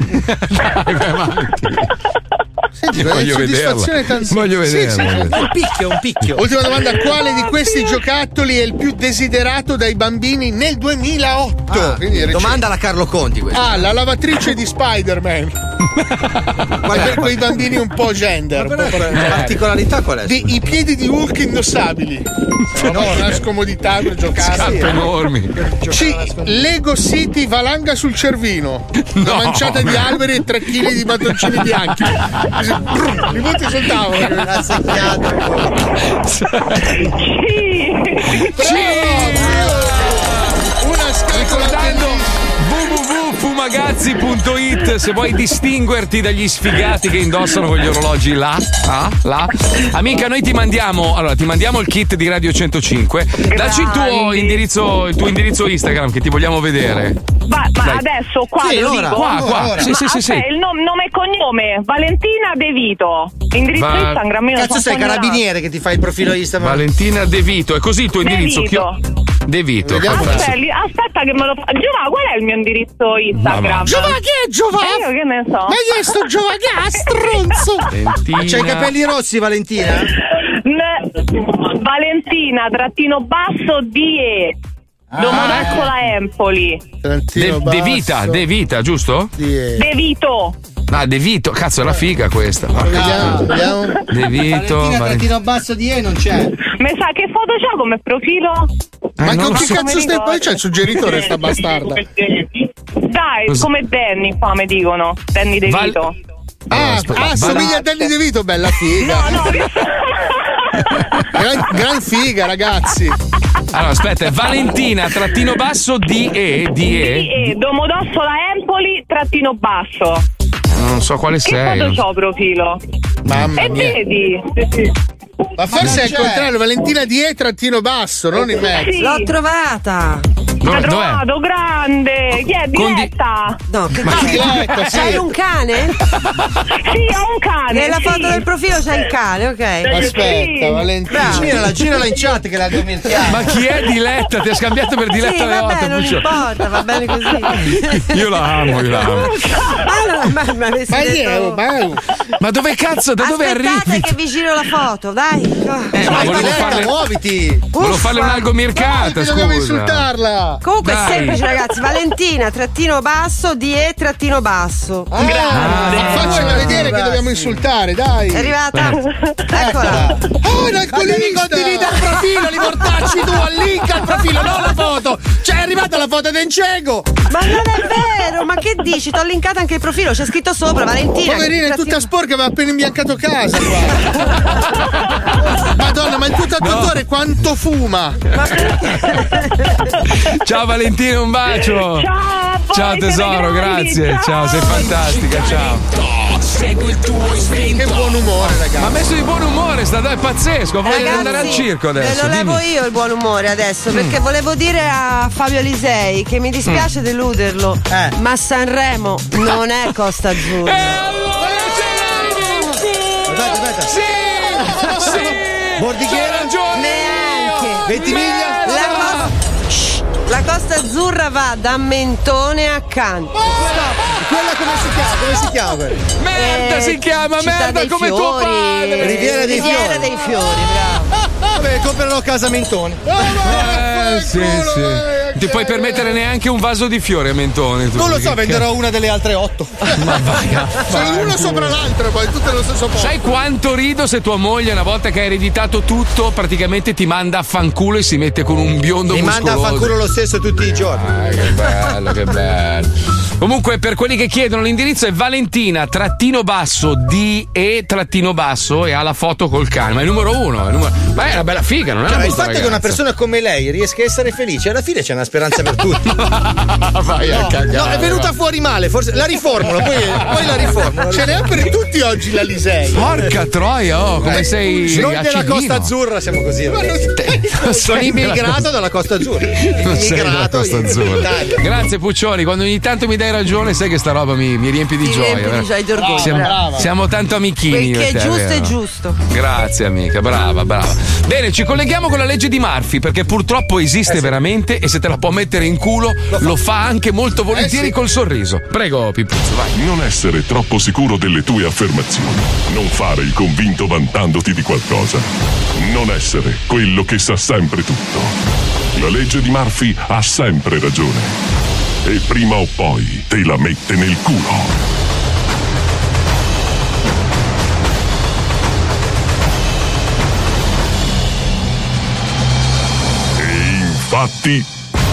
Senti, Voglio soddisfazione vederla. tanto- Voglio Sì, sì, vederla. sì. Un picchio, un picchio. Ultima domanda: quale di questi giocattoli è il più desiderato dai bambini nel duemilaotto? Ah, Quindi è recente. domanda alla Carlo Conti questa. Ah, la lavatrice di Spider-Man. Qual è per quei bambini un po' gender? Un po' particolari. particolarità qual è? Di- I piedi di Hulk indossabili. No, una scomodità per giocare. Scarpe enormi. C. Lego City valanga sul cervino. Una manciata di alberi e tre chili di mattoncini bianchi. Li butti sul tavolo. Una scatola w w w punto fumagazzi punto it se vuoi distinguerti dagli sfigati che indossano quegli orologi là, ah, là. Amica, noi ti mandiamo, allora ti mandiamo il kit di Radio centocinque. Dacci il tuo indirizzo, il tuo indirizzo Instagram che ti vogliamo vedere. Ma, ma Dai. adesso qua Sì, lo ora, dico? qua, qua. Ora. Sì, Ma sì, sì, sì. aspetta, il nome, nome e cognome Valentina De Vito. Indirizzo Va- Instagram. io Cazzo sono sei ignorante. carabiniere che ti fai il profilo Instagram? Valentina De Vito, è così il tuo De indirizzo? Vito. De Vito. Aspetta, li- aspetta che me lo fa. Giova, qual è il mio indirizzo Instagram? Giova che è Giova? Eh, io che ne so. Ma io sto Giova che stronzo. Valentina. C'hai i capelli rossi, Valentina? N- Valentina trattino basso die Domodossola Empoli. De, De Vita, De Vita, giusto? De Vito. Ah, De Vito, cazzo, è una figa questa. Vediamo, vediamo. De Vito, Valentina Valen- trattino basso di E non c'è. Mi sa che foto c'ha come profilo? Ma non con lo che so. cazzo stai? Poi c'è il suggeritore sta bastarda. Dai, Cosa? come Danny qua mi dicono. Danny De Val- Vito. Ah, aspetta, ah, Val- somiglia a Danny De Vito, bella figa. No, no, Gran, gran figa, ragazzi. Allora, aspetta, è Valentina trattino basso di E, di E. e Domodossola Empoli trattino basso. Non so quale Che sei. foto c'ho profilo? Mamma E mia. vedi? Ma forse è il c'è. contrario, Valentina di E trattino basso, non in mezzo. Sì. L'ho trovata. Dov'è? L'ho Dov'è? trovato grande. Chi è? Con di- Diretta? No, che Ma diretta, sì. C'hai un cane? Sì, ho un cane. Nella sì. foto del profilo c'è il cane, ok. Aspetta, Sì. Valentina. Girala, girala in chat che la dimentichiamo. Ma chi è Diletta? Ti ha scambiato per Diletta Sì, alle vabbè, otto, non Puccio. importa, va bene così. Io la amo, io la amo. Allora, ma, ma avessi Ma detto... io, ma Ma dove cazzo, da dove Aspettate arrivi? che vi giro la foto, dai. Oh. Eh, ma Dai, volevo Diletta, farle, muoviti. volevo farle un'algomircata, che dovevo scusa. insultarla. Comunque Dai. è semplice, ragazzi. Valentina, trattino basso, di E, trattino basso. Ah, ma faccela vedere che dobbiamo insultare, dai. È arrivata? Eccola. Oh, un Ma devi alcolista. condividere il profilo, li portacci tu al link al profilo, non la foto. C'è arrivata la foto del cieco. Ma non è vero, ma che dici? T'ho linkato anche il profilo, c'è scritto sopra, Valentina. Poverina, è trattino- tutta sporca, aveva appena imbiancato casa qua. Madonna, ma il tuo tatuatore quanto fuma? Ciao Valentina, un bacio. Ciao, a voi, Ciao siete tesoro, grandi, grazie. Ciao, sei fantastica, ciao. Segui il tuo istinto. Che buon umore, ragazzi. Ma ha messo di buon umore, sta è pazzesco. Voglio Ragazzi, andare al circo ve adesso. lo levo dimmi. io il buon umore adesso, perché volevo dire a Fabio Alisei che mi dispiace deluderlo, Eh. ma Sanremo non è Costa Azzurra. Aspetta, aspetta. Sì! Sì! Bordighiera? Neanche. Ventimiglia? La, co- Shh. La Costa Azzurra va da Mentone a Cannes. Quella come si chiama? Come si chiama quella? Merda Eh, si chiama, Città merda dei come tuo Fiori. padre. Riviera dei Riviera Fiori. dei Fiori, bravo. Vabbè, comprerò casa Mentone. Eh, sì, sì. Ti puoi permettere neanche un vaso di fiori a Mentone. Tu, Non lo so, perché- venderò una delle altre otto. Ma vai a Sono fare uno culo. sopra l'altro, poi tutte allo stesso posto. Sai quanto rido se tua moglie, una volta che hai ereditato tutto, praticamente ti manda a fanculo e si mette con un biondo Mi manda a muscoloso. fanculo lo stesso tutti i giorni. Ah, che bello, che bello. Comunque, per quelli che chiedono, l'indirizzo è Valentina trattino basso di E trattino basso e ha la foto col cane. Ma è il numero uno. È il numero... Ma è una bella figa, non è Cioè, una il brutta fatto che una ragazza. persona come lei riesca a essere felice, alla fine c'è una speranza per tutti. Vai a no, cagare. no, è venuta fuori male, forse la riformulo, poi, poi la riformulo. Ce n'è per tutti oggi la Lisei. Porca troia, oh, come Eh, sei noi della acidino. Costa Azzurra siamo così. Sono immigrato dalla Costa Azzurra. Non sei della Immigrato Costa in Azzurra. Italia. Grazie Puccioni, quando ogni tanto mi dai ragione sai che sta roba mi, mi riempie di Ti gioia. riempie di vero? gioia, di orgoglio, siamo, brava. siamo tanto amichini. io Perché e è te, giusto, vero? è giusto. Grazie amica, brava, brava. Bene, ci colleghiamo con la legge di Murphy perché purtroppo esiste veramente e se te la può mettere in culo lo fa anche molto volentieri col sorriso. Prego Pippuzzo, vai. Non essere troppo sicuro delle tue affermazioni. Non fare il convinto vantandoti di qualcosa. Non essere quello che sa sempre tutto. La legge di Murphy ha sempre ragione. E prima o poi te la mette nel culo. Infatti,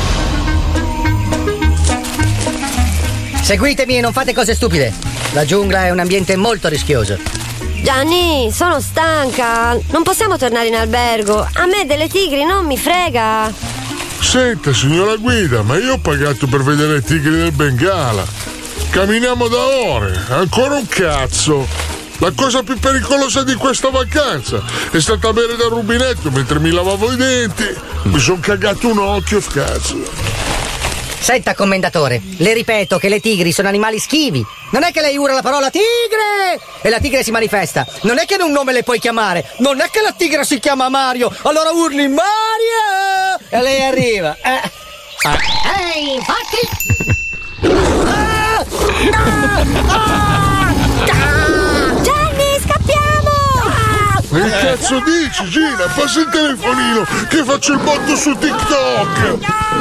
Seguitemi e non fate cose stupide. La giungla è un ambiente molto rischioso. Gianni, sono stanca. Non possiamo tornare in albergo. A me delle tigri non mi frega. Senta, signora guida, ma io ho pagato per vedere i tigri del Bengala. Camminiamo da ore, ancora un cazzo. La cosa più pericolosa di questa vacanza è stata bere dal rubinetto mentre mi lavavo i denti. Mi sono cagato un occhio, cazzo. Senta, commendatore, le ripeto che le tigri sono animali schivi. Non è che lei urla la parola tigre e la tigre si manifesta. Non è che in un nome le puoi chiamare. Non è che la tigre si chiama Mario. Allora urli Mario e lei arriva. Eh. Ehi, infatti! Ah! Ah! Gianni, scappiamo! Che cazzo dici, Gina? Passa il telefonino che faccio il botto su TikTok.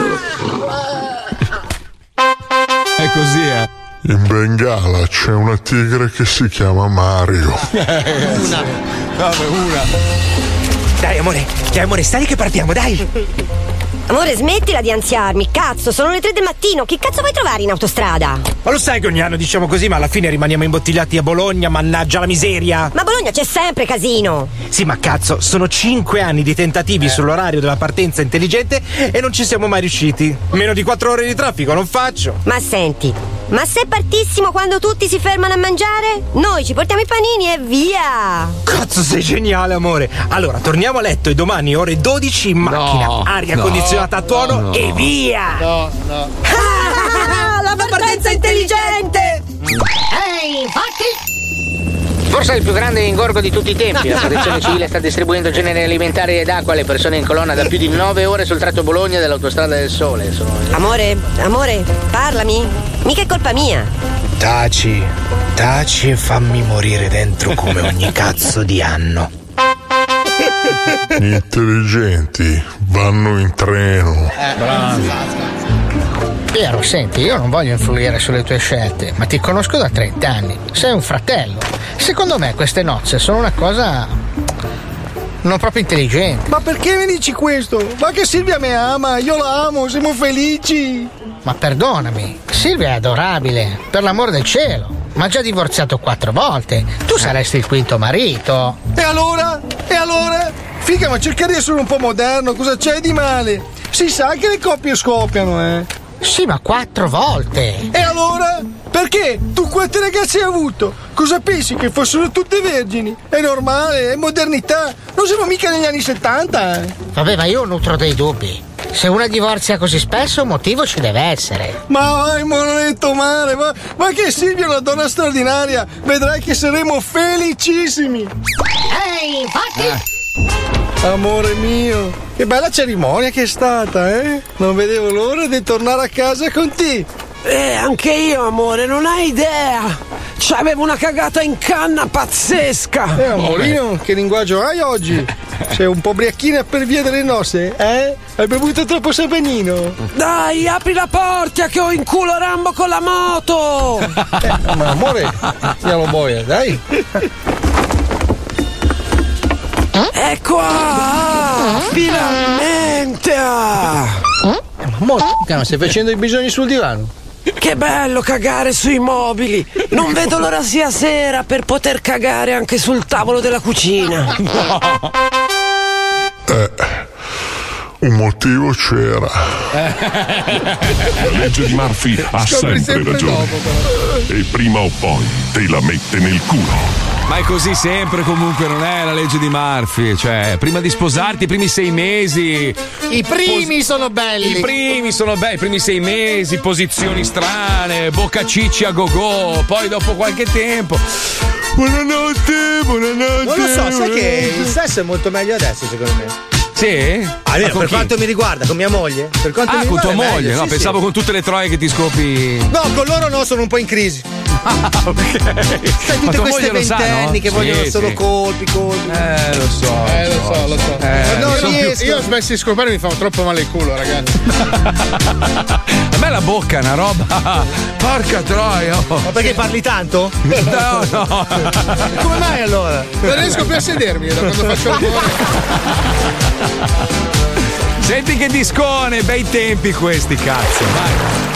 È così, eh. In Bengala c'è una tigre che si chiama Mario. Una. Vabbè, una. Dai, amore, dai, amore, stai che partiamo, dai. Amore, smettila di ansiarmi. Cazzo, sono le tre del mattino. Che cazzo vuoi trovare in autostrada? Ma lo sai che ogni anno diciamo così, ma alla fine rimaniamo imbottigliati a Bologna, mannaggia la miseria. Ma a Bologna c'è sempre casino. Sì, ma cazzo, sono cinque anni di tentativi Eh. sull'orario della partenza intelligente e non ci siamo mai riusciti. Meno di quattro ore di traffico non faccio. Ma senti, ma se partissimo quando tutti si fermano a mangiare? Noi ci portiamo i panini e via. Cazzo, sei geniale, amore. Allora, torniamo a letto e domani ore dodici in macchina, No, aria no, condizionata a tuono no. e via. No, no. Ah, la partenza intelligente! Ehi, infatti! Forse è il più grande ingorgo di tutti i tempi. La protezione civile sta distribuendo generi alimentari ed acqua alle persone in colonna da più di nove ore sul tratto Bologna dell'autostrada del Sole. Sono... Amore, amore, parlami. Mica è colpa mia. Taci, taci e fammi morire dentro come ogni cazzo di anno. Gli intelligenti vanno in treno. Piero, senti, io non voglio influire sulle tue scelte, ma ti conosco da trenta anni. Sei un fratello. Secondo me queste nozze sono una cosa non proprio intelligente. Ma perché mi dici questo? Ma che Silvia mi ama, io la amo, siamo felici. Ma perdonami, Silvia è adorabile, per l'amor del cielo. Ma ha già divorziato quattro volte. Tu saresti il quinto marito. E allora? E allora? Figa, ma cerca di essere un po' moderno, cosa c'è di male? Si sa che le coppie scoppiano, eh? Sì, ma quattro volte. E allora? Perché? Tu quante ragazze hai avuto? Cosa pensi? Che fossero tutte vergini? È normale, è modernità. Non siamo mica negli anni settanta, eh? Vabbè, ma io nutro dei dubbi. Se una divorzia così spesso, un motivo ci deve essere. Ma vai, ma non hai detto male, ma, ma che Silvia è una donna straordinaria. Vedrai che saremo felicissimi. Ehi, infatti! Amore mio, che bella cerimonia che è stata, eh? Non vedevo l'ora di tornare a casa con te. Eh, anche io, amore, non hai idea. C'avevo una cagata in canna pazzesca. Eh, amorino, che linguaggio hai oggi? Sei un po' briacchina per via delle nozze, eh? Hai bevuto troppo sabanino? Dai, apri la porta che ho in culo Rambo con la moto. Eh, ma amore, andiamo boia, dai. Ecco, ah, finalmente! Ah. Ma amore, ma stai facendo i bisogni sul divano? Che bello cagare sui mobili! Non vedo l'ora sia sera per poter cagare anche sul tavolo della cucina. un motivo c'era. La legge di Murphy ha Scopri sempre, sempre ragione. dopo, E prima o poi te la mette nel culo. Ma è così sempre comunque, non è la legge di Murphy. Cioè, prima di sposarti, i primi sei mesi. I primi sono belli. I primi sono belli, i primi sei mesi, posizioni strane, bocca cicci a go-go. Poi dopo qualche tempo. Buonanotte, buonanotte. Non lo so, sai che buonanotte. il sesso è molto meglio adesso, secondo me. Sì? Almeno Ma con per chi? quanto mi riguarda, con mia moglie. Per quanto Ah, mi con riguarda tua è moglie? meglio, No, sì, pensavo sì. con tutte le troie che ti scopi. No, con loro no, sono un po' in crisi. Ah, ok. Sai, Ma tutte tua queste moglie lo sa, ventenni no? che vogliono Sì, solo sì. colpi, colpi. Eh, lo so. Eh, lo so, lo so. Eh, non mi son più- riesco. Io ho smesso di scopare e mi fa troppo male il culo, ragazzi. A me la bocca è una roba. Porca troia. oh. Ma perché parli tanto? No, no. Come mai allora? Non riesco più a sedermi da quando faccio l'amore. Senti che discone, bei tempi questi, cazzo. Vai.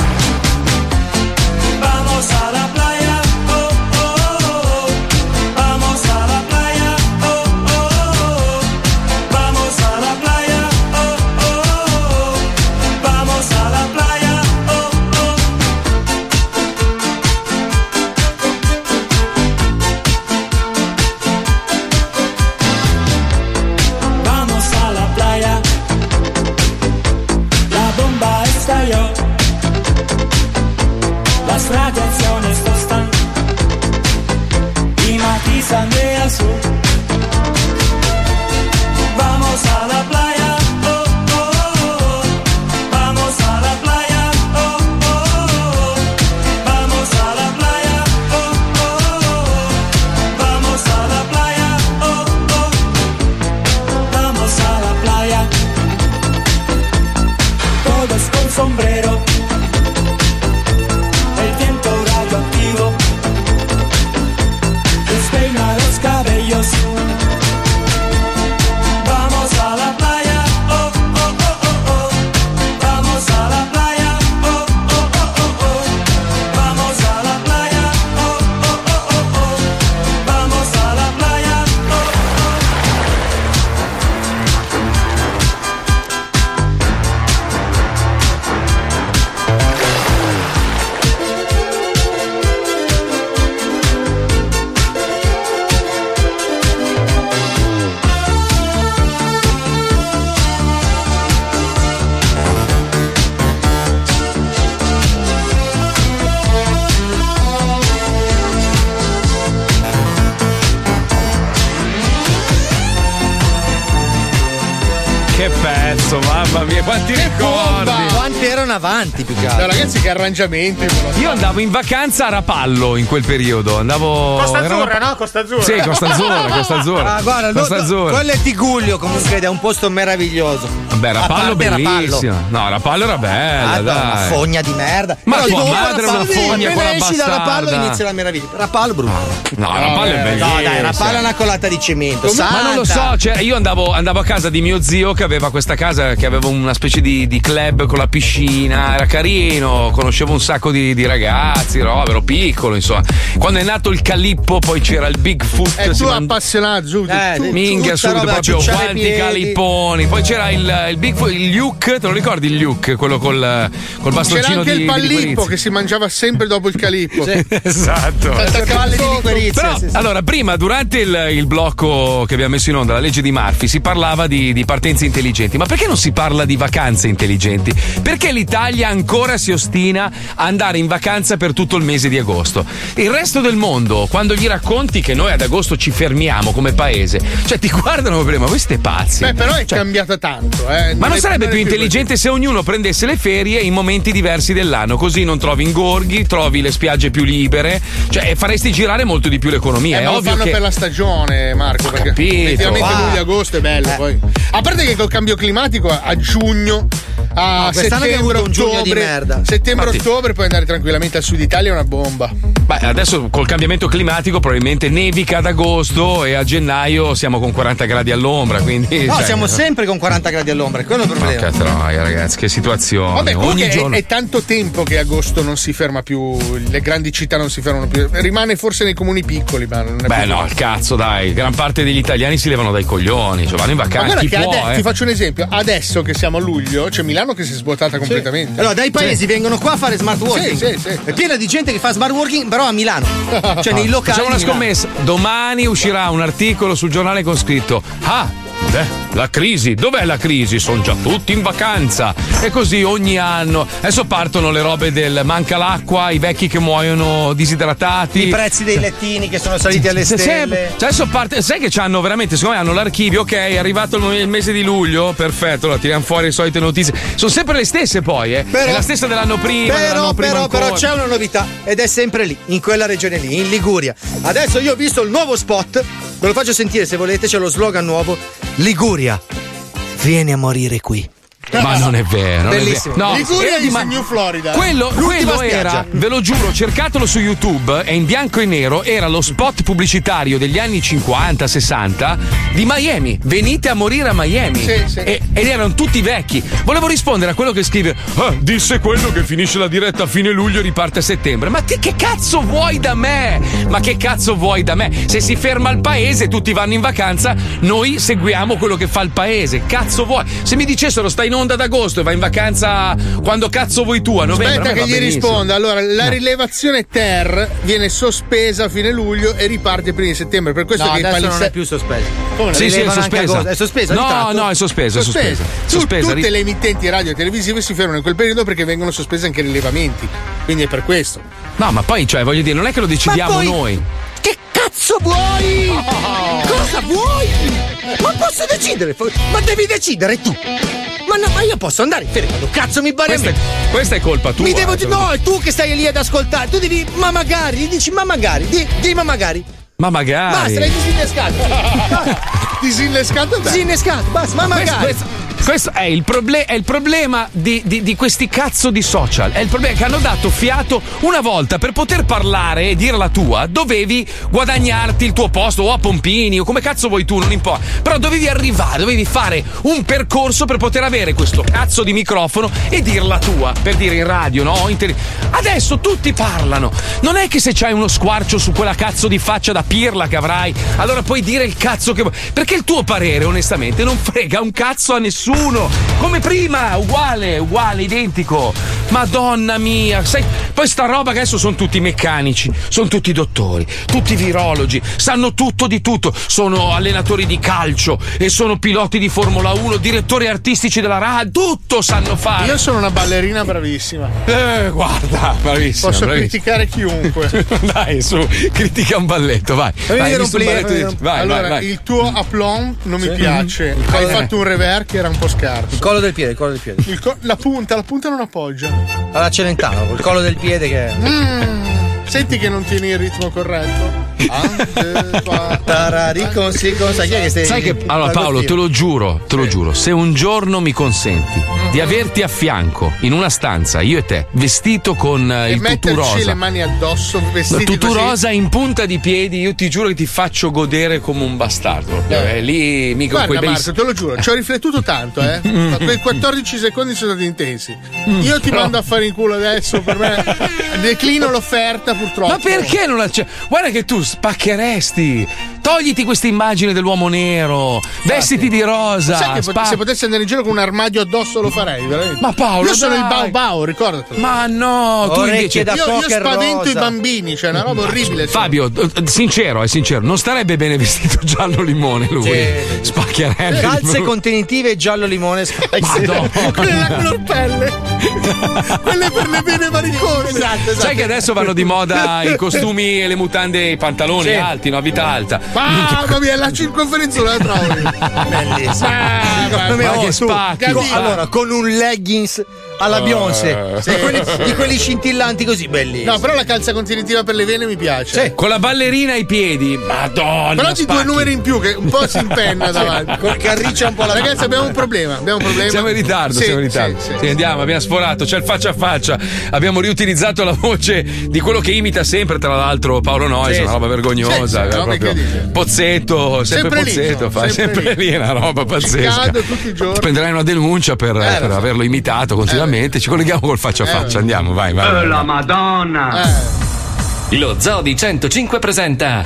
Vamos a la playa, oh, oh, oh. Vamos a la playa, oh, oh, oh. Vamos a la playa, oh, oh, oh. Vamos a la playa, oh, oh. Vamos a la playa. La bomba estalló. Las radiaciones tostan y matizan de azul. Vamos a la playa, oh, oh, oh. Vamos a la playa, oh, oh, oh. Vamos a la playa, oh, oh, oh. Vamos a la playa, oh, oh. Vamos a la playa. Todos con sombrero. El viento radioactivo despeina los cabellos. Vamos a la playa, oh, oh, oh, oh, oh. Vamos a la playa, oh, oh, oh, oh, oh. Vamos a la playa, oh, oh, oh, oh, oh. Vamos a la playa, oh, oh. Che pezzo, mamma mia, quanti ricordi. Quanti erano avanti più che altro? No, ragazzi, che arrangiamenti. Io andavo in vacanza a Rapallo in quel periodo. Andavo. Costa erano- Azzurra, no? Costa Azzurra. Sì, Costa Azzurra, Costa Azzurra. Ah, guarda, Costa no, Azzurra. quello è Tigullio comunque ed è un posto meraviglioso. Vabbè, A Rapallo parte bellissimo. No, Rapallo era bella, Ah, no, dai. una fogna di merda. Ma Però tua dopo madre è una Rapallo- fogna, appena quella esci da Rapallo bastarda. inizia la meraviglia. Rapallo brutto. No, Rapallo è bellissimo. No, dai, Rapallo è una colata di cemento. Ma non lo santa. so, cioè, io andavo, andavo a casa di mio zio che aveva questa casa, che aveva una specie di, di club con la piscina, era carino, conoscevo un sacco di, di ragazzi, roba, ero piccolo, insomma. Quando è nato il Calippo, poi c'era il Bigfoot. E si tu mand- appassionato, Giù. Eh, tu- Minchia, tutta subito roba da proprio ciucciare i quanti piedi. calipponi. Poi c'era il, il Bigfoot, il Luke, te lo ricordi il Luke? Quello col, col C'era bastoncino anche di il di Pallippo Guerizzi. che si mangiava sempre dopo il Calippo. Esatto. Cavalli di liquirizia. Però, sì, sì. allora, prima, durante il, il blocco che abbiamo messo in onda, la legge di Murphy, si parlava di, di partenze intelligenti. Ma perché non si parla di vacanze intelligenti? Perché l'Italia ancora si ostina a andare in vacanza per tutto il mese di agosto? Il resto del mondo, quando gli racconti che noi ad agosto ci fermiamo come paese, cioè ti guardano prima, voi siete pazzi. Beh, però è Cioè, cambiato tanto, eh. ma non è- sarebbe è più intelligente se ognuno prendesse le ferie in momenti diversi dell'anno, così non trovi ingorghi, trovi le spiagge più libere, cioè e faresti girare molto di più l'economia. Eh, È ma lo ovvio fanno che per la stagione, Marco. Perché capito. effettivamente Ah. luglio-agosto è bello. Eh. Poi. A parte che col cambio climatico a giugno, a No, quest'anno abbiamo avuto un giugno di settembre, merda. settembre-ottobre Infatti. puoi andare tranquillamente al sud Italia, è una bomba. Beh, adesso col cambiamento climatico probabilmente nevica ad agosto e a gennaio siamo con quaranta gradi all'ombra, quindi. No, cioè, siamo sempre con quaranta gradi all'ombra, è quello il problema. Porca troia, ragazzi, che situazione. Vabbè, Ogni comunque giorno. è, è tanto tempo che agosto non si ferma più, le grandi città non si fermano più, rimane forse nei comuni piccoli, ma non è Beh, più no, il cazzo, dai, gran parte degli italiani si levano dai coglioni, cioè vanno in Ma vacanza. guarda Chi che può, ade- eh. ti faccio un esempio, adesso che siamo a luglio c'è Milano che si è svuotata completamente. Allora, dai paesi Sì. vengono qua a fare smart working. Sì, sì, sì. È piena di gente che fa smart working, però a Milano. Cioè, nei locali. Facciamo una di Milano. scommessa. Domani uscirà un articolo sul giornale con scritto: Ah, beh, la crisi, dov'è la crisi? Sono già tutti in vacanza. E così ogni anno. Adesso partono le robe del manca l'acqua, i vecchi che muoiono disidratati. I prezzi dei lettini che sono saliti alle Se- se- stelle. cioè adesso parte, sai che c'hanno veramente, secondo me hanno l'archivio, ok, è arrivato il, il mese di luglio, perfetto, allora tiriamo fuori le solite notizie. Sono sempre le stesse poi, eh. Però- è la stessa dell'anno prima, Però, dell'anno prima però, ancora. però c'è una novità ed è sempre lì, in quella regione lì, in Liguria. Adesso io ho visto il nuovo spot, ve lo faccio sentire se volete, c'è lo slogan nuovo. Liguria, vieni a morire qui. Ma non è vero, non è Bellissimo. vero. No, Liguria era di is ma- in New Florida. Quello, L'ultima quello spiaggia. era, ve lo giuro, cercatelo su YouTube, è in bianco e nero, era lo spot pubblicitario degli anni cinquanta sessanta di Miami. Venite a morire a Miami. Sì, sì. E- ed erano tutti vecchi. Volevo rispondere a quello che scrive: "Ah, disse quello che finisce la diretta a fine luglio e riparte a settembre. Ma che, che cazzo vuoi da me? Ma che cazzo vuoi da me? Se si ferma il paese, tutti vanno in vacanza, noi seguiamo quello che fa il paese. Cazzo vuoi? Se mi dicessero stai in onda ad agosto e vai in vacanza quando cazzo vuoi tu a novembre. Aspetta a me che va gli benissimo. risponda. Allora, la No. rilevazione Ter viene sospesa a fine luglio e riparte i primi di settembre. Per questo No, che i adesso non palinse- è più sospesa. Come no? Sì, sì, è Rilevano anche sospesa. agosto. È sospesa? No, ritratto? no, è sospesa, è sospesa. Tu- Sospesa, tutte ri- le emittenti radio e televisive si fermano in quel periodo perché vengono sospesi anche i rilevamenti. Quindi è per questo. No, ma poi, cioè, voglio dire, non è che lo decidiamo Ma poi- noi. Che cazzo vuoi? Cosa vuoi? Ma posso decidere? Ma devi decidere tu. Ma no, ma io posso andare in ferie quando cazzo mi pare a Questa me. è, questa è colpa tua. Mi devo eh, dire, te lo no, dico. è tu che stai lì ad ascoltare. Tu devi, ma magari, gli dici, ma magari, di, di ma magari. Ma magari. Basta, l'hai disinnescato. Disinnescato da. Disinnescato, basta, ma Questo, magari. questo- questo è il, proble- è il problema di, di- di questi cazzo di social. È il problema che hanno dato fiato una volta per poter parlare e dire la tua. Dovevi guadagnarti il tuo posto o a Pompini o come cazzo vuoi tu, non importa. Però dovevi arrivare, dovevi fare un percorso per poter avere questo cazzo di microfono e dir la tua. Per dire in radio, no? In tele- Adesso tutti parlano. Non è che se c'hai uno squarcio su quella cazzo di faccia da pirla che avrai, allora puoi dire il cazzo che vuoi. Perché il tuo parere, onestamente, non frega un cazzo a nessuno. Come prima, uguale, uguale, identico. Madonna mia, sai, poi sta roba che adesso sono tutti meccanici, sono tutti dottori, tutti virologi, sanno tutto di tutto. Sono allenatori di calcio e sono piloti di Formula uno, direttori artistici della radio, tutto sanno fare. Io sono una ballerina bravissima. Eh, guarda, bravissimo. Posso bravissimo. criticare chiunque. Dai, su, critica un balletto, vai. Fammi vai, vedere visto un un pli- balletto di- vai, allora, vai, vai. il tuo aplomb non mi Sì. piace. Il Hai collo- fatto un rever che era un po' scarso. Il collo del piede, il collo del piede. Il co- la punta, la punta non appoggia. Alla Celentano, col collo del piede che. Mm, senti che non tieni il ritmo corretto. Ante, qua. Tarari con sì, con sai chi è che stai. Sai che allora Paolo, te lo giuro, te lo giuro, se un giorno mi consenti di averti a fianco in una stanza, io e te, vestito con eh, E il tutù metterci le rosa. mani addosso, vestiti Tutù così. rosa in punta di piedi, io ti giuro che ti faccio godere come un bastardo. Proprio. Eh. Eh, lì mica Guarda quei bei Marco, te lo giuro, ci ho riflettuto tanto, eh. Ma quei quattordici secondi sono stati intensi. Io ti mando a fare in culo adesso, per me declino l'offerta purtroppo. Ma perché non accetta? Guarda che tu spaccheresti. Togliti questa immagine dell'uomo nero, vestiti di rosa. Sai che pot- spa- se potessi andare in giro con un armadio addosso lo farei, veramente. Ma Paolo, io sono dai. il Bau Bau, ricordatelo. Ma no, tu Orecchie invece da io, io poker spavento rosa. i bambini, cioè una roba orribile. Fabio, eh, sincero, è sincero, non starebbe bene vestito giallo limone lui. Sì. Spaccherebbe. Calze contenitive giallo limone. Madonna. Quelle la color pelle. Quelle per le vene varicose. Esatto, esatto. Sai che adesso vanno di moda i costumi e le mutande e i pantaloni Sì. alti, no? A vita alta. Mamma mia, la circonferenza non la trovi. Bellissimo. Ah, Secondo me, ma oh, che tu, spacchi. con- Spacchi. allora, con un leggings alla Beyoncé. Sì. Di, quelli, di quelli scintillanti così belli. No, però la calza contentiva per le vene mi piace. Sì. Con la ballerina ai piedi. Madonna. Però di due numeri in più che un po' si impenna davanti. Che arriccia un po' la Ragazzi, abbiamo un problema. Abbiamo un problema. Siamo in ritardo, Sì, siamo in ritardo. sì, sì. Sì, andiamo, abbiamo sforato. C'è il faccia a faccia. Abbiamo riutilizzato la voce di quello che imita sempre, tra l'altro, Paolo Noyes. Sì, una sì. roba vergognosa. Sì, sì, era roba proprio incredibile. Pozzetto, sempre, Sempre lì, Pozzetto. insomma, fa sempre sempre lì. lì, una roba pazzesca. Cado tutti i giorni. Prenderai una denuncia per, Eh, per lo so. averlo imitato continuamente. Ci colleghiamo col faccia a faccia. Andiamo, vai, vai. Oh, la Madonna! Lo Zoo di centocinque presenta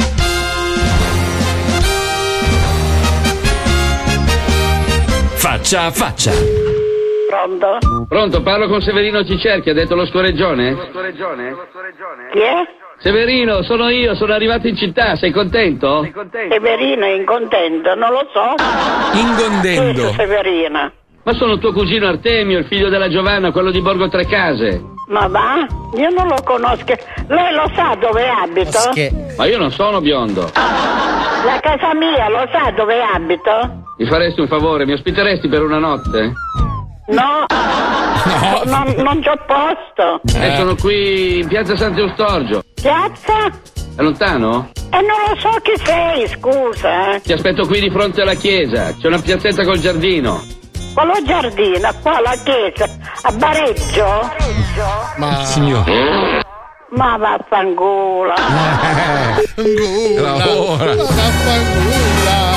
Faccia a faccia. Pronto? Pronto, parlo con Severino Cicerchi, ha detto lo scoreggione? Chi è? Severino, sono io, sono arrivato in città, sei contento? Severino è incontento, non lo so. Ingondendo. Chi è Severina? Ma sono tuo cugino Artemio, il figlio della Giovanna, quello di Borgo Tre Case. Ma va? Io non lo conosco. Lei lo sa dove abito? Ma io non sono biondo. La casa mia lo sa dove abito? Mi faresti un favore, mi ospiteresti per una notte? No, non, non c'ho posto. Eh, sono qui in piazza Sant'Eustorgio. Piazza? È lontano? E non lo so chi sei, scusa. eh. Ti aspetto qui di fronte alla chiesa, c'è una piazzetta col giardino. Quello giardino, qua la chiesa, a Bareggio? Ma signore. Ma vaffanculo. Fangulla. Vaffanculla.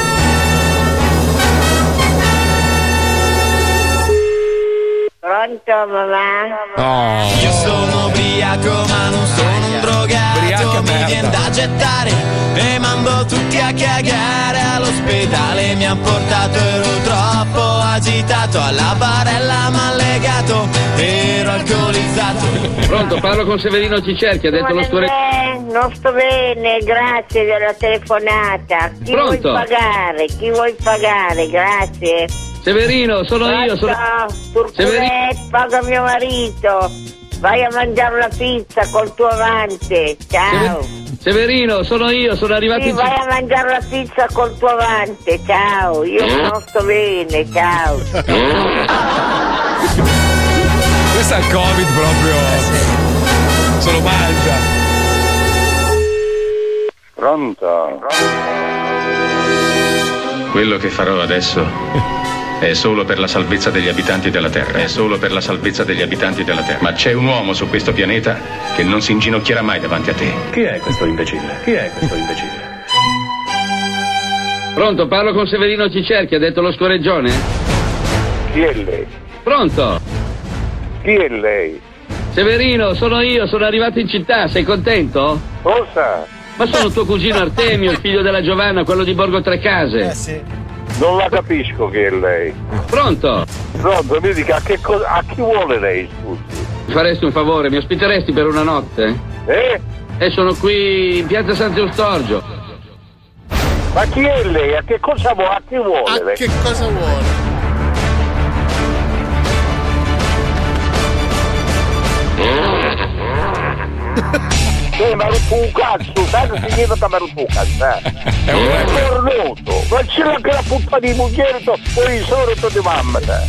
Pronto, mamma? Io sono ubriaco ma non sono un drogato. Ubriaca Mi merda. vien da gettare e mando tutti a cagare. All'ospedale mi han portato, ero troppo agitato. Alla barella m'han legato, ero alcolizzato. Pronto, parlo con Severino Cicerchi, ha detto lo scoreggione. Eh, non sto bene, grazie della telefonata. Chi Pronto? vuoi pagare? Chi vuoi pagare? Grazie. Severino, sono io, sono... Turculet, paga mio marito. Vai a mangiare la pizza col tuo avante. Ciao. Severino, sono io, sono arrivato Sì, in vai città. a mangiare la pizza col tuo avante. Ciao. Io non sto bene. Ciao. Questo è il Covid proprio. Solo mangia. Pronto? Quello che farò adesso è solo per la salvezza degli abitanti della Terra. È solo per la salvezza degli abitanti della Terra. Ma c'è un uomo su questo pianeta che non si inginocchierà mai davanti a te. Chi è questo imbecille? Chi è questo imbecille? Pronto, parlo con Severino Cicerchi, ha detto lo scoreggione? Chi è lei? Pronto? Chi è lei? Severino, sono io, sono arrivato in città, sei contento? Cosa? Ma sono tuo cugino Artemio, il figlio della Giovanna, quello di Borgo Tre Case. Eh sì. Non la capisco chi è lei. Pronto? Pronto, mi dica a che cosa, a chi vuole lei, scusi? Mi faresti un favore, mi ospiteresti per una notte? Eh? Eh, sono qui in piazza Sant'Eustorgio. Ma chi è lei? A che cosa vuole? A chi vuole A lei? che cosa vuole? Eh, ma rotto un cazzo, sai che significa mi ha rotto un cazzo, eh? È un È rapper. cornuto, ma c'è anche la puttana di moglie, poi il solito di mamma, te.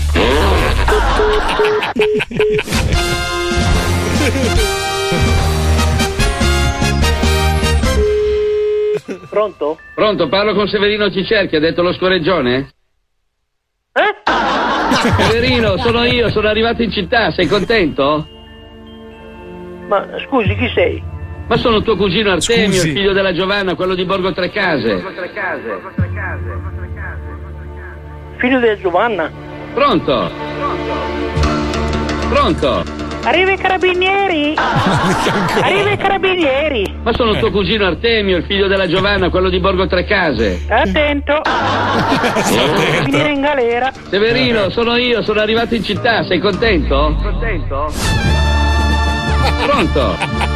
Pronto? Pronto, parlo con Severino Cicerchi, ha detto lo scoreggione? Eh? Severino, sono io, sono arrivato in città, sei contento? Ma scusi, chi sei? Ma sono tuo cugino Artemio, Scusi. il figlio della Giovanna, quello di Borgo Tre Case. Figlio della Giovanna? Pronto? Pronto? Arriva i carabinieri! Arriva i carabinieri! Ma sono tuo cugino Artemio, il figlio della Giovanna, quello di Borgo Tre Case. Attento! Finire in galera! Severino, sono io, sono arrivato in città, sei contento? Contento? Pronto?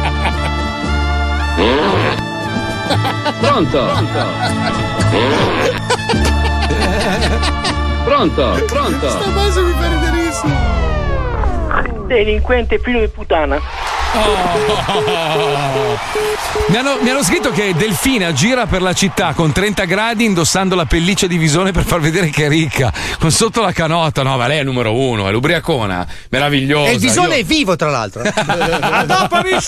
Pronto? Pronto? Pronto? Sta base mi fa riderissimo. Delinquente figlio di puttana! Oh. Mi, hanno, mi hanno scritto che Delfina gira per la città con trenta gradi indossando la pelliccia di visone per far vedere che è ricca, con sotto la canotta. No, ma lei è il numero uno, è l'ubriacona, meravigliosa. E il visone Io... è vivo, tra l'altro. A dopo, amici!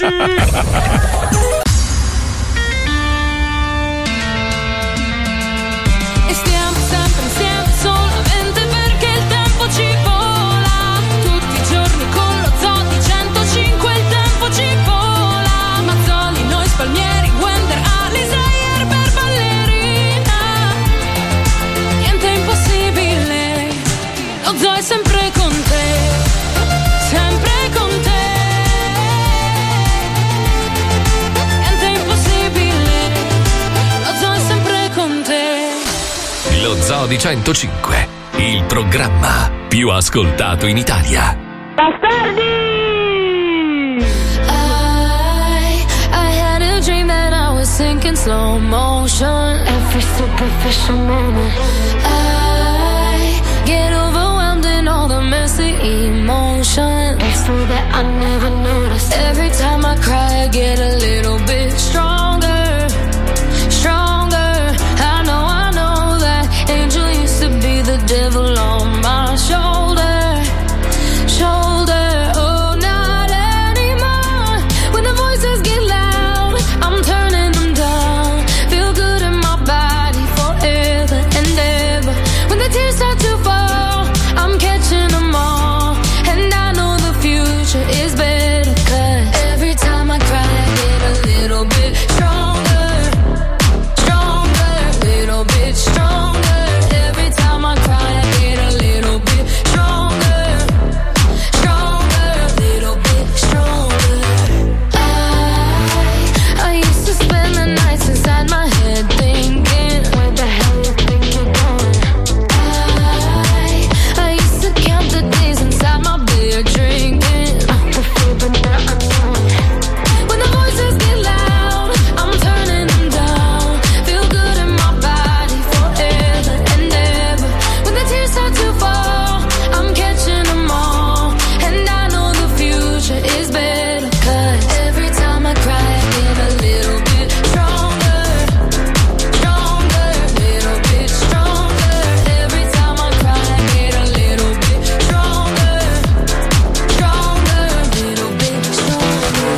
E stiamo sempre insieme solamente perché il tempo ci vola. Tutti i giorni con lo Zoo di centocinque il tempo ci vola. Mazzoli, noi spalmieri, Wender, Alisa, Erber, ballerina. Niente è impossibile, lo Zoo è sempre con te, sempre con te. Niente è impossibile, lo Zoo è sempre con te. Lo Zoo di centocinque, il programma più ascoltato in Italia. I, I had a dream that I was sinking slow motion. Every superficial moment. I get overwhelmed in all the messy emotions. So that I never noticed. Every time I cry, I get a little bit stronger, stronger. I know, I know that angel used to be the devil on my shoulder, shoulder. Oh, not anymore. When the voices get loud, I'm turning them down. Feel good in my body forever and ever. When the tears start to fall, I'm catching them all. And I know the future is better, 'cause every time I cry, I get a little bit stronger, stronger, little bit stronger. Every time I cry, I get a little bit stronger, stronger, little bit stronger. I, I used to spend the nights inside my head thinking, where the hell you think you're going? I, I used to count the days inside my bed drinking. I prefer, but now I know. When the voices get loud, I'm turning them down. Feel good in my body forever and ever. When the tears start to fall, I'm catching them all. And I know the future is better, 'cause every time I cry, I get a little bit stronger, stronger, little bit stronger. Every time I cry, I get a little bit stronger, stronger, little bit stronger.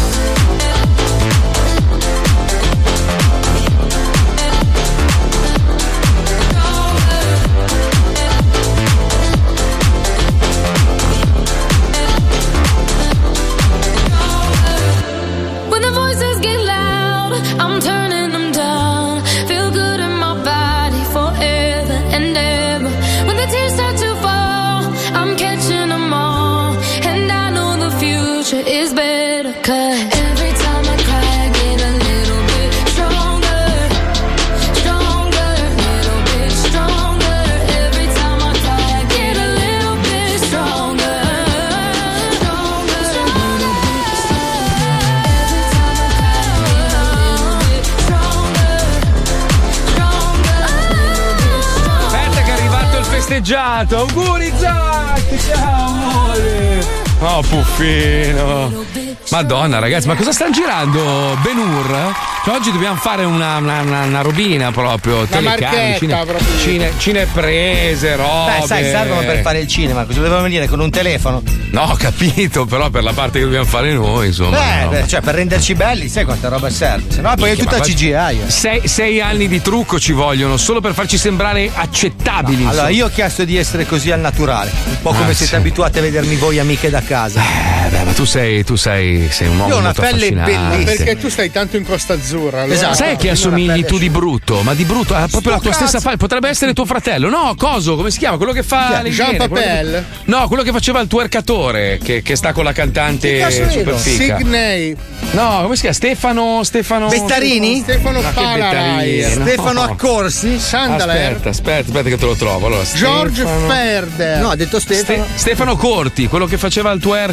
When the voices get loud, I'm turning them down. Feel good in my body forever and ever. When the tears start to fall, I'm catching them all. And I know the future is better, 'cause every time I cry, I get a little bit stronger, stronger, little bit stronger. Every time I cry, I get a little bit stronger, stronger, little bit stronger. Every time I cry, I get a little bit stronger, stronger, little bit stronger. Aspetta che è arrivato il festeggiato. Auguri Zac, ciao amore. Oh puffino. Madonna ragazzi, ma cosa stanno girando? Ben-Hur? Cioè, oggi dobbiamo fare una, una, una, una robina proprio. Una telecamere, marchetta cine, proprio. cine, cineprese, robe. Beh, sai, servono per fare il cinema. Cosa dovevamo venire con un telefono? No, ho capito, però per la parte che dobbiamo fare noi, insomma. Beh, no. beh, cioè per renderci belli, sai quanta roba serve? Se no poi è Minchia, tutta ma C G I. eh. Sei, sei anni di trucco ci vogliono solo per farci sembrare accettabili. Allora, insomma. io ho chiesto di essere così al naturale, un po' come Ah, siete sì. abituati a vedermi voi amiche da casa. Eh, beh, ma tu sei, tu sei, sei un uomo Io ho una molto pelle affascinante. bellissima. Perché tu stai tanto in Costa Azzurra. Allora. Esatto. Sai che assomigli tu di brutto? Ma di brutto, ha proprio la tua cazzo. stessa faccia. Potrebbe essere tuo fratello. No, coso, come si chiama? Quello che fa. Jean le igiene, quello Papel? che- No, quello che faceva il twerkatore, che, che sta con la cantante super fica. Signey. No, come si chiama? Stefano. Stefano. Bettarini? Stefano Ma che Spalarai. Bettarini, no. Stefano Accorsi? Sandaler. Aspetta, aspetta, aspetta che te lo trovo. Allora, George Stefano- Ferder. No, ha detto Stefano. Ste- Stefano Corti, quello che faceva il twerk alle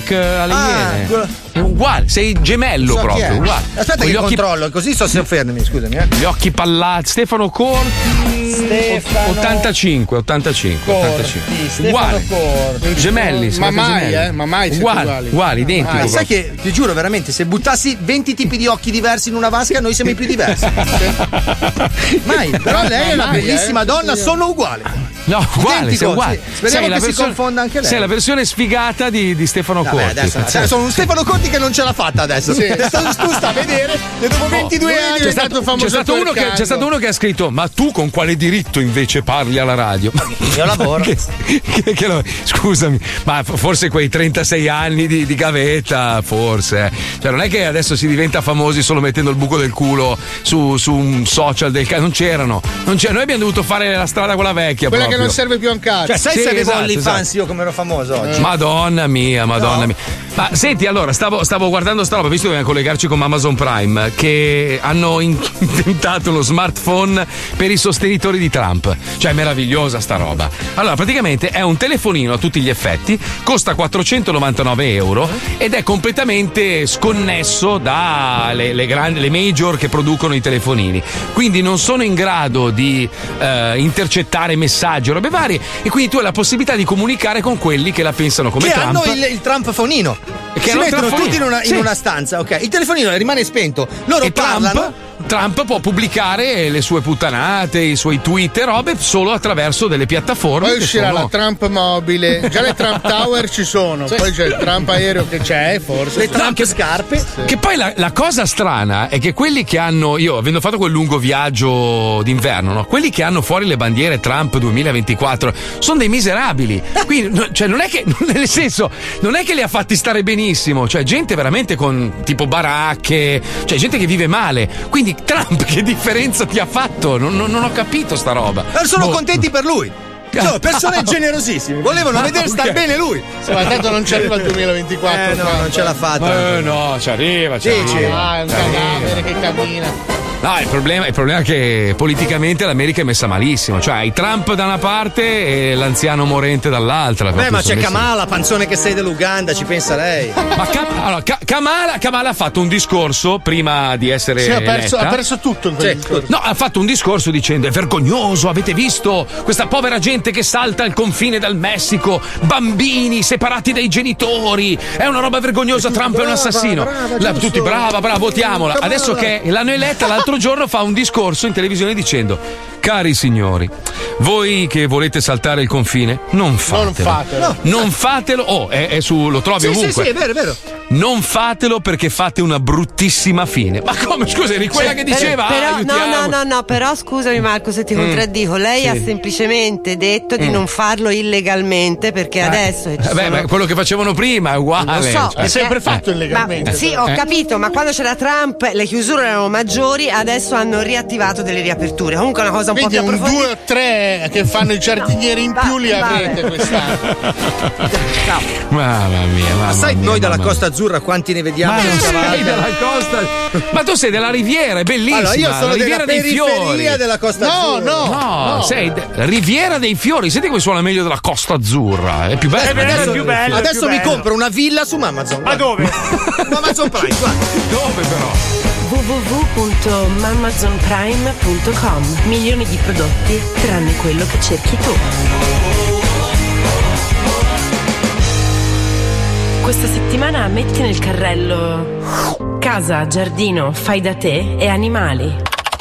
alle Ah, iene. quello- Uguale, sei gemello So chi proprio, è. uguale. Aspetta Con che gli occhi, controllo, così so se fermi, scusami. Eh. gli occhi pallati. Stefano Corti. Stefano ottantacinque, ottantacinque, ottantacinque. Stefano Uguale. Corti. Gemelli, Ma siete mai, gemelli. eh? Ma mai siete uguali, uguali. uguali, identici. Ma sai proprio. che ti giuro veramente, se buttassi venti tipi di occhi diversi in una vasca, noi siamo i più diversi. Mai, però lei è una Mai, bellissima eh? donna, sono uguali. No, uguale, Identico, sei uguale. sì. Speriamo Sei la che si versione- confonda anche lei. Sei la versione sfigata di, di Stefano Vabbè, Corti. adesso, adesso sono un Stefano Conti che non ce l'ha fatta adesso. Sì. Tu, tu sta a vedere che dopo ventidue lui è anni C'è diventato stato, famoso c'è, stato uno che, c'è stato uno che ha scritto: ma tu con quale diritto invece parli alla radio? Io lavoro. che, che- che lo- scusami, ma f- forse quei trentasei anni di, di gavetta, forse. eh. Cioè, non è che adesso si diventa famosi solo mettendo il buco del culo su, su un social del ca- Non c'erano. Non c'era. Noi abbiamo dovuto fare la strada quella vecchia. Quella proprio. che non serve più a un cazzo. Cioè, sai Sì, se avevo esatto, OnlyFans esatto. io come ero famoso oggi? Madonna mia, madonna No. mia. Ma senti, allora, stavo, stavo guardando sta roba, visto che dobbiamo collegarci con Amazon Prime, che hanno in- inventato uno smartphone per i sostenitori di Trump. Cioè, meravigliosa sta roba. Allora, praticamente è un telefonino a tutti gli effetti, costa quattrocentonovantanove euro ed è completamente sconnesso dalle le grandi, le major che producono i telefonini. Quindi non sono in grado di eh, intercettare messaggi o robe varie e quindi tu hai la possibilità di comunicare con quelli che la pensano come Che Trump. hanno il, il Trump fonino. Che si hanno il mettono Trump tutti in una, fonino. in Sì. una stanza, ok? Il telefonino rimane spento. Loro E parlano. Trump, Trump può pubblicare le sue puttanate, i suoi tweet e robe solo attraverso delle piattaforme. Poi che uscirà sono- la Trump mobile. Già le Trump Tower ci sono. Poi c'è il Trump aereo che c'è, forse. Le Trump scarpe. Che poi la, la cosa strana è che quelli che hanno, io avendo fatto quel lungo viaggio d'inverno, no? Quelli che hanno fuori le bandiere Trump duemilaventiquattro sono dei miserabili. Quindi, no, cioè, non è che, nel senso, non è che li ha fatti stare benissimo, cioè gente veramente con tipo baracche, cioè gente che vive male. Quindi Trump che differenza ti ha fatto? Non, non- non ho capito sta roba. Eh, Sono Boh. contenti per lui. Sono persone generosissime. Volevano Ah, vedere ok. star bene lui. Sì, ma tanto non ci arriva il duemilaventiquattro. Eh, no, non ce l'ha fatta. Eh, no, ci arriva, ci Dici? arriva. Ah, è un Ci arriva. cadavere che cammina. No, il problema, il problema è che politicamente l'America è messa malissimo. Cioè, hai Trump da una parte e l'anziano morente dall'altra. Beh, Proprio ma sono c'è messi- Kamala, panzone che sei dell'Uganda, ci pensa lei. Ma Kam- allora, Ka- Kamala, Kamala ha fatto un discorso prima di essere. Sì, ha perso, eletta. ha perso tutto in quel discorso. No, ha fatto un discorso dicendo: è vergognoso, avete visto questa povera gente che salta il confine dal Messico, bambini separati dai genitori, è una roba vergognosa, Trump è un assassino. brava, La- giusto. tutti brava, brava, votiamola. Kamala. Adesso che l'hanno eletta, l'altro giorno fa un discorso in televisione dicendo: cari signori, voi che volete saltare il confine, non fatelo. Non fatelo. Non fatelo. Oh, è, è su, lo trovi Sì, sì, ovunque. sì, è vero, è vero. Non fatelo perché fate una bruttissima fine. Ma come, scusa, eri quella che diceva però, "Ah, no, aiutiamo". no, no, no, però scusami Marco se ti Mm. contraddico, lei Sì. ha semplicemente detto di Mm. non farlo illegalmente perché adesso ci Eh, beh, sono- beh, quello che facevano prima è uguale. Lo so, cioè. perché- sempre fatto illegalmente. Ma, sì, però. ho Eh. capito, ma quando c'era Trump le chiusure erano maggiori, adesso hanno riattivato delle riaperture. Comunque è una cosa un Quindi po' più un approfondita. due o tre che fanno i giardinieri in più li va- avrete vabbè. quest'anno. Mamma mia, mamma Ma sai mia, noi dalla mamma Costa Azzurra quanti ne vediamo? Ma sul tu sei cavallo? della costa. Ma tu sei della Riviera, è bellissima. Allora, io sono la Riviera della dei Fiori. periferia della Costa No, Azzurra. no, No, no. sei de- Riviera dei Fiori. Senti come suona meglio della Costa Azzurra. È più bello. È bello, Adesso, più bello, adesso più mi bello. compro una villa su Amazon. Ma dove? Su Amazon Prime, guarda. Dove però? w w w punto amazon prime punto com. Milioni di prodotti tranne quello che cerchi tu. Questa settimana metti nel carrello casa, giardino, fai da te e animali.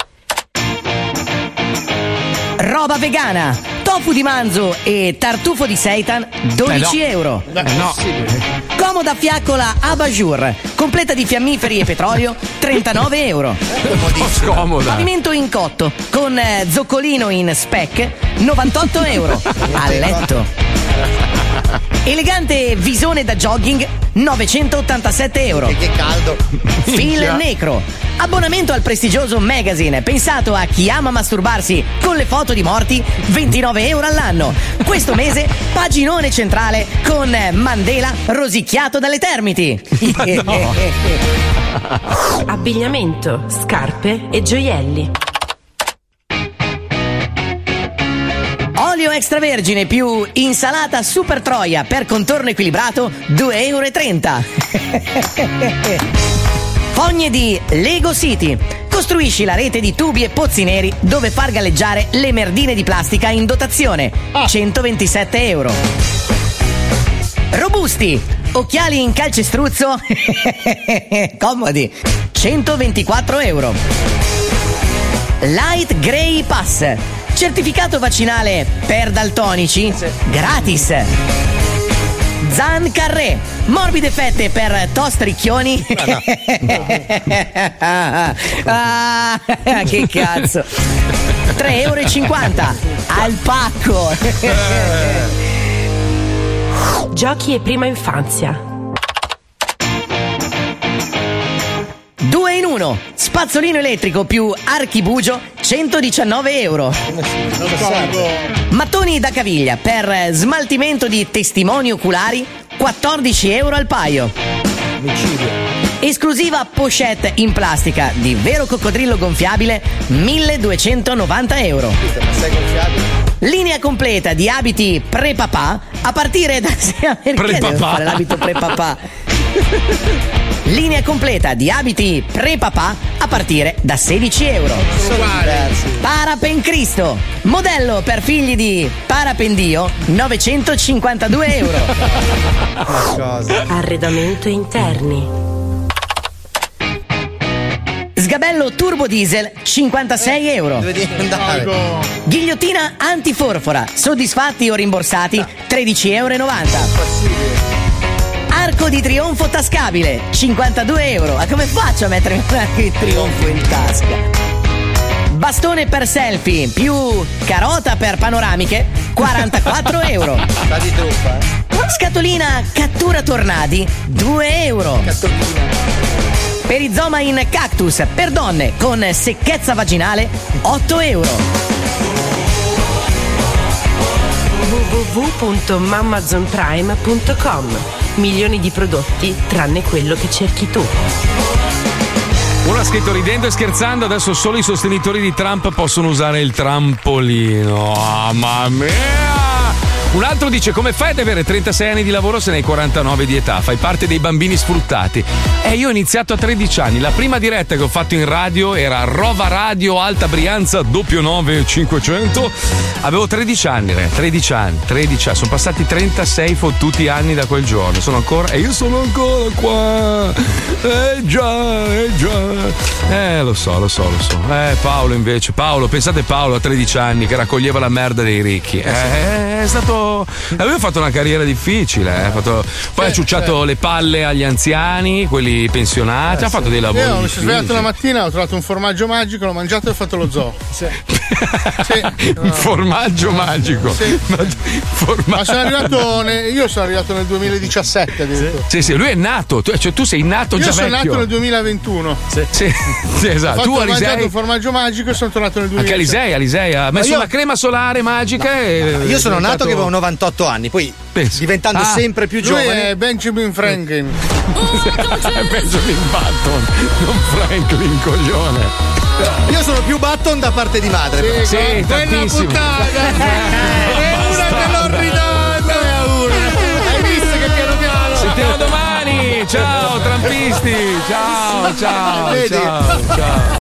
Roba vegana, tofu di manzo e tartufo di seitan, dodici Eh no. euro. Eh, no. Comoda fiaccola Abajur, completa di fiammiferi e petrolio, trentanove euro. Scomoda. Pavimento in cotto, con eh, zoccolino in spec, novantotto euro. A letto. Elegante visone da jogging, novecentottantasette euro. Che caldo. Fil Necro. Abbonamento al prestigioso magazine pensato a chi ama masturbarsi con le foto di morti, ventinove euro all'anno. Questo mese paginone centrale con Mandela rosicchiato dalle Termiti. Abbigliamento, scarpe e gioielli. Olio extravergine più insalata super troia per contorno equilibrato, due euro e trenta. Fogne di Lego City. Costruisci la rete di tubi e pozzi neri dove far galleggiare le merdine di plastica in dotazione, centoventisette euro. Robusti. Occhiali in calcestruzzo, comodi, centoventiquattro euro. Light Grey Pass. Certificato vaccinale per daltonici, gratis. Zan Carré, morbide fette per toast ricchioni. Ah, che cazzo. tre euro e cinquanta al pacco. Giochi e prima infanzia. Due in uno, spazzolino elettrico più archibugio, centodiciannove euro. Mattoni da caviglia per smaltimento di testimoni oculari, quattordici euro al paio. Esclusiva pochette in plastica di vero coccodrillo gonfiabile, milleduecentonovanta euro. Linea completa di abiti pre-papà a partire da... Perché Pre-papà? devo fare l'abito pre-papà? Linea completa di abiti pre-papà a partire da sedici euro. Parapencristo, modello per figli di Parapendio, novecentocinquantadue euro. Arredamento interni. Sgabello turbo diesel, cinquantasei euro. Ghigliottina antiforfora, soddisfatti o rimborsati, tredici euro e novanta. Arco di trionfo tascabile, cinquantadue euro. Ma come faccio a mettermi un arco di trionfo in tasca? Bastone per selfie più carota per panoramiche, quarantaquattro euro. Sta di truffa, eh? Scatolina cattura tornadi, due euro. Perizoma in cactus per donne con secchezza vaginale, otto euro. w w w punto mamazon prime punto com. Milioni di prodotti tranne quello che cerchi tu. Uno ha scritto: ridendo e scherzando, adesso solo i sostenitori di Trump possono usare il trampolino. Oh, mamma mia! Un altro dice: come fai ad avere trentasei anni di lavoro se ne hai quarantanove di età? Fai parte dei bambini sfruttati. E io ho iniziato a tredici anni. La prima diretta che ho fatto in radio era Rova Radio Alta Brianza doppio nove cinquecento. Avevo tredici anni, re, tredici anni, tredici anni. Sono passati trentasei fottuti anni da quel giorno. Sono ancora, e io sono ancora qua. Eh già, eh già. Eh, lo so, lo so, lo so. Eh, Paolo invece, Paolo, pensate Paolo a tredici anni che raccoglieva la merda dei ricchi. Eh, è stato. Avevo fatto una carriera difficile, eh. fatto... poi ha ciucciato le palle agli anziani, quelli pensionati, Eh, ha fatto sì. dei lavori. Io mi sono difficili. svegliato la mattina, ho trovato un formaggio magico, l'ho mangiato e ho fatto lo zoo. Sì. Un formaggio magico. Sì. Ma, formaggio... Ma sono arrivato, ne- io sono arrivato nel duemiladiciassette addirittura. Sì, sì, lui è nato, tu, cioè tu sei nato Io già sono vecchio. nato nel duemilaventuno. Sì, sì, sì, esatto. Ho, Tu fatto, ho Alisei. mangiato un formaggio magico e sono tornato nel Anche duemiladiciassette. Alisei, Alisei ha messo io- una crema solare magica e. Io sono è nato diventato- che avevo novantotto anni, poi diventando Ah, sempre più lui giovane. è Benjamin Franklin. Benjamin Button, non Franklin, coglione. Io sono più Button da parte di madre. Sì, però. quella tantissimo. puttana è una che l'ho ridata è una. Hai visto che piano piano Sentiamo domani. Ciao, trampisti. Ciao, ciao, Vedi? ciao, ciao.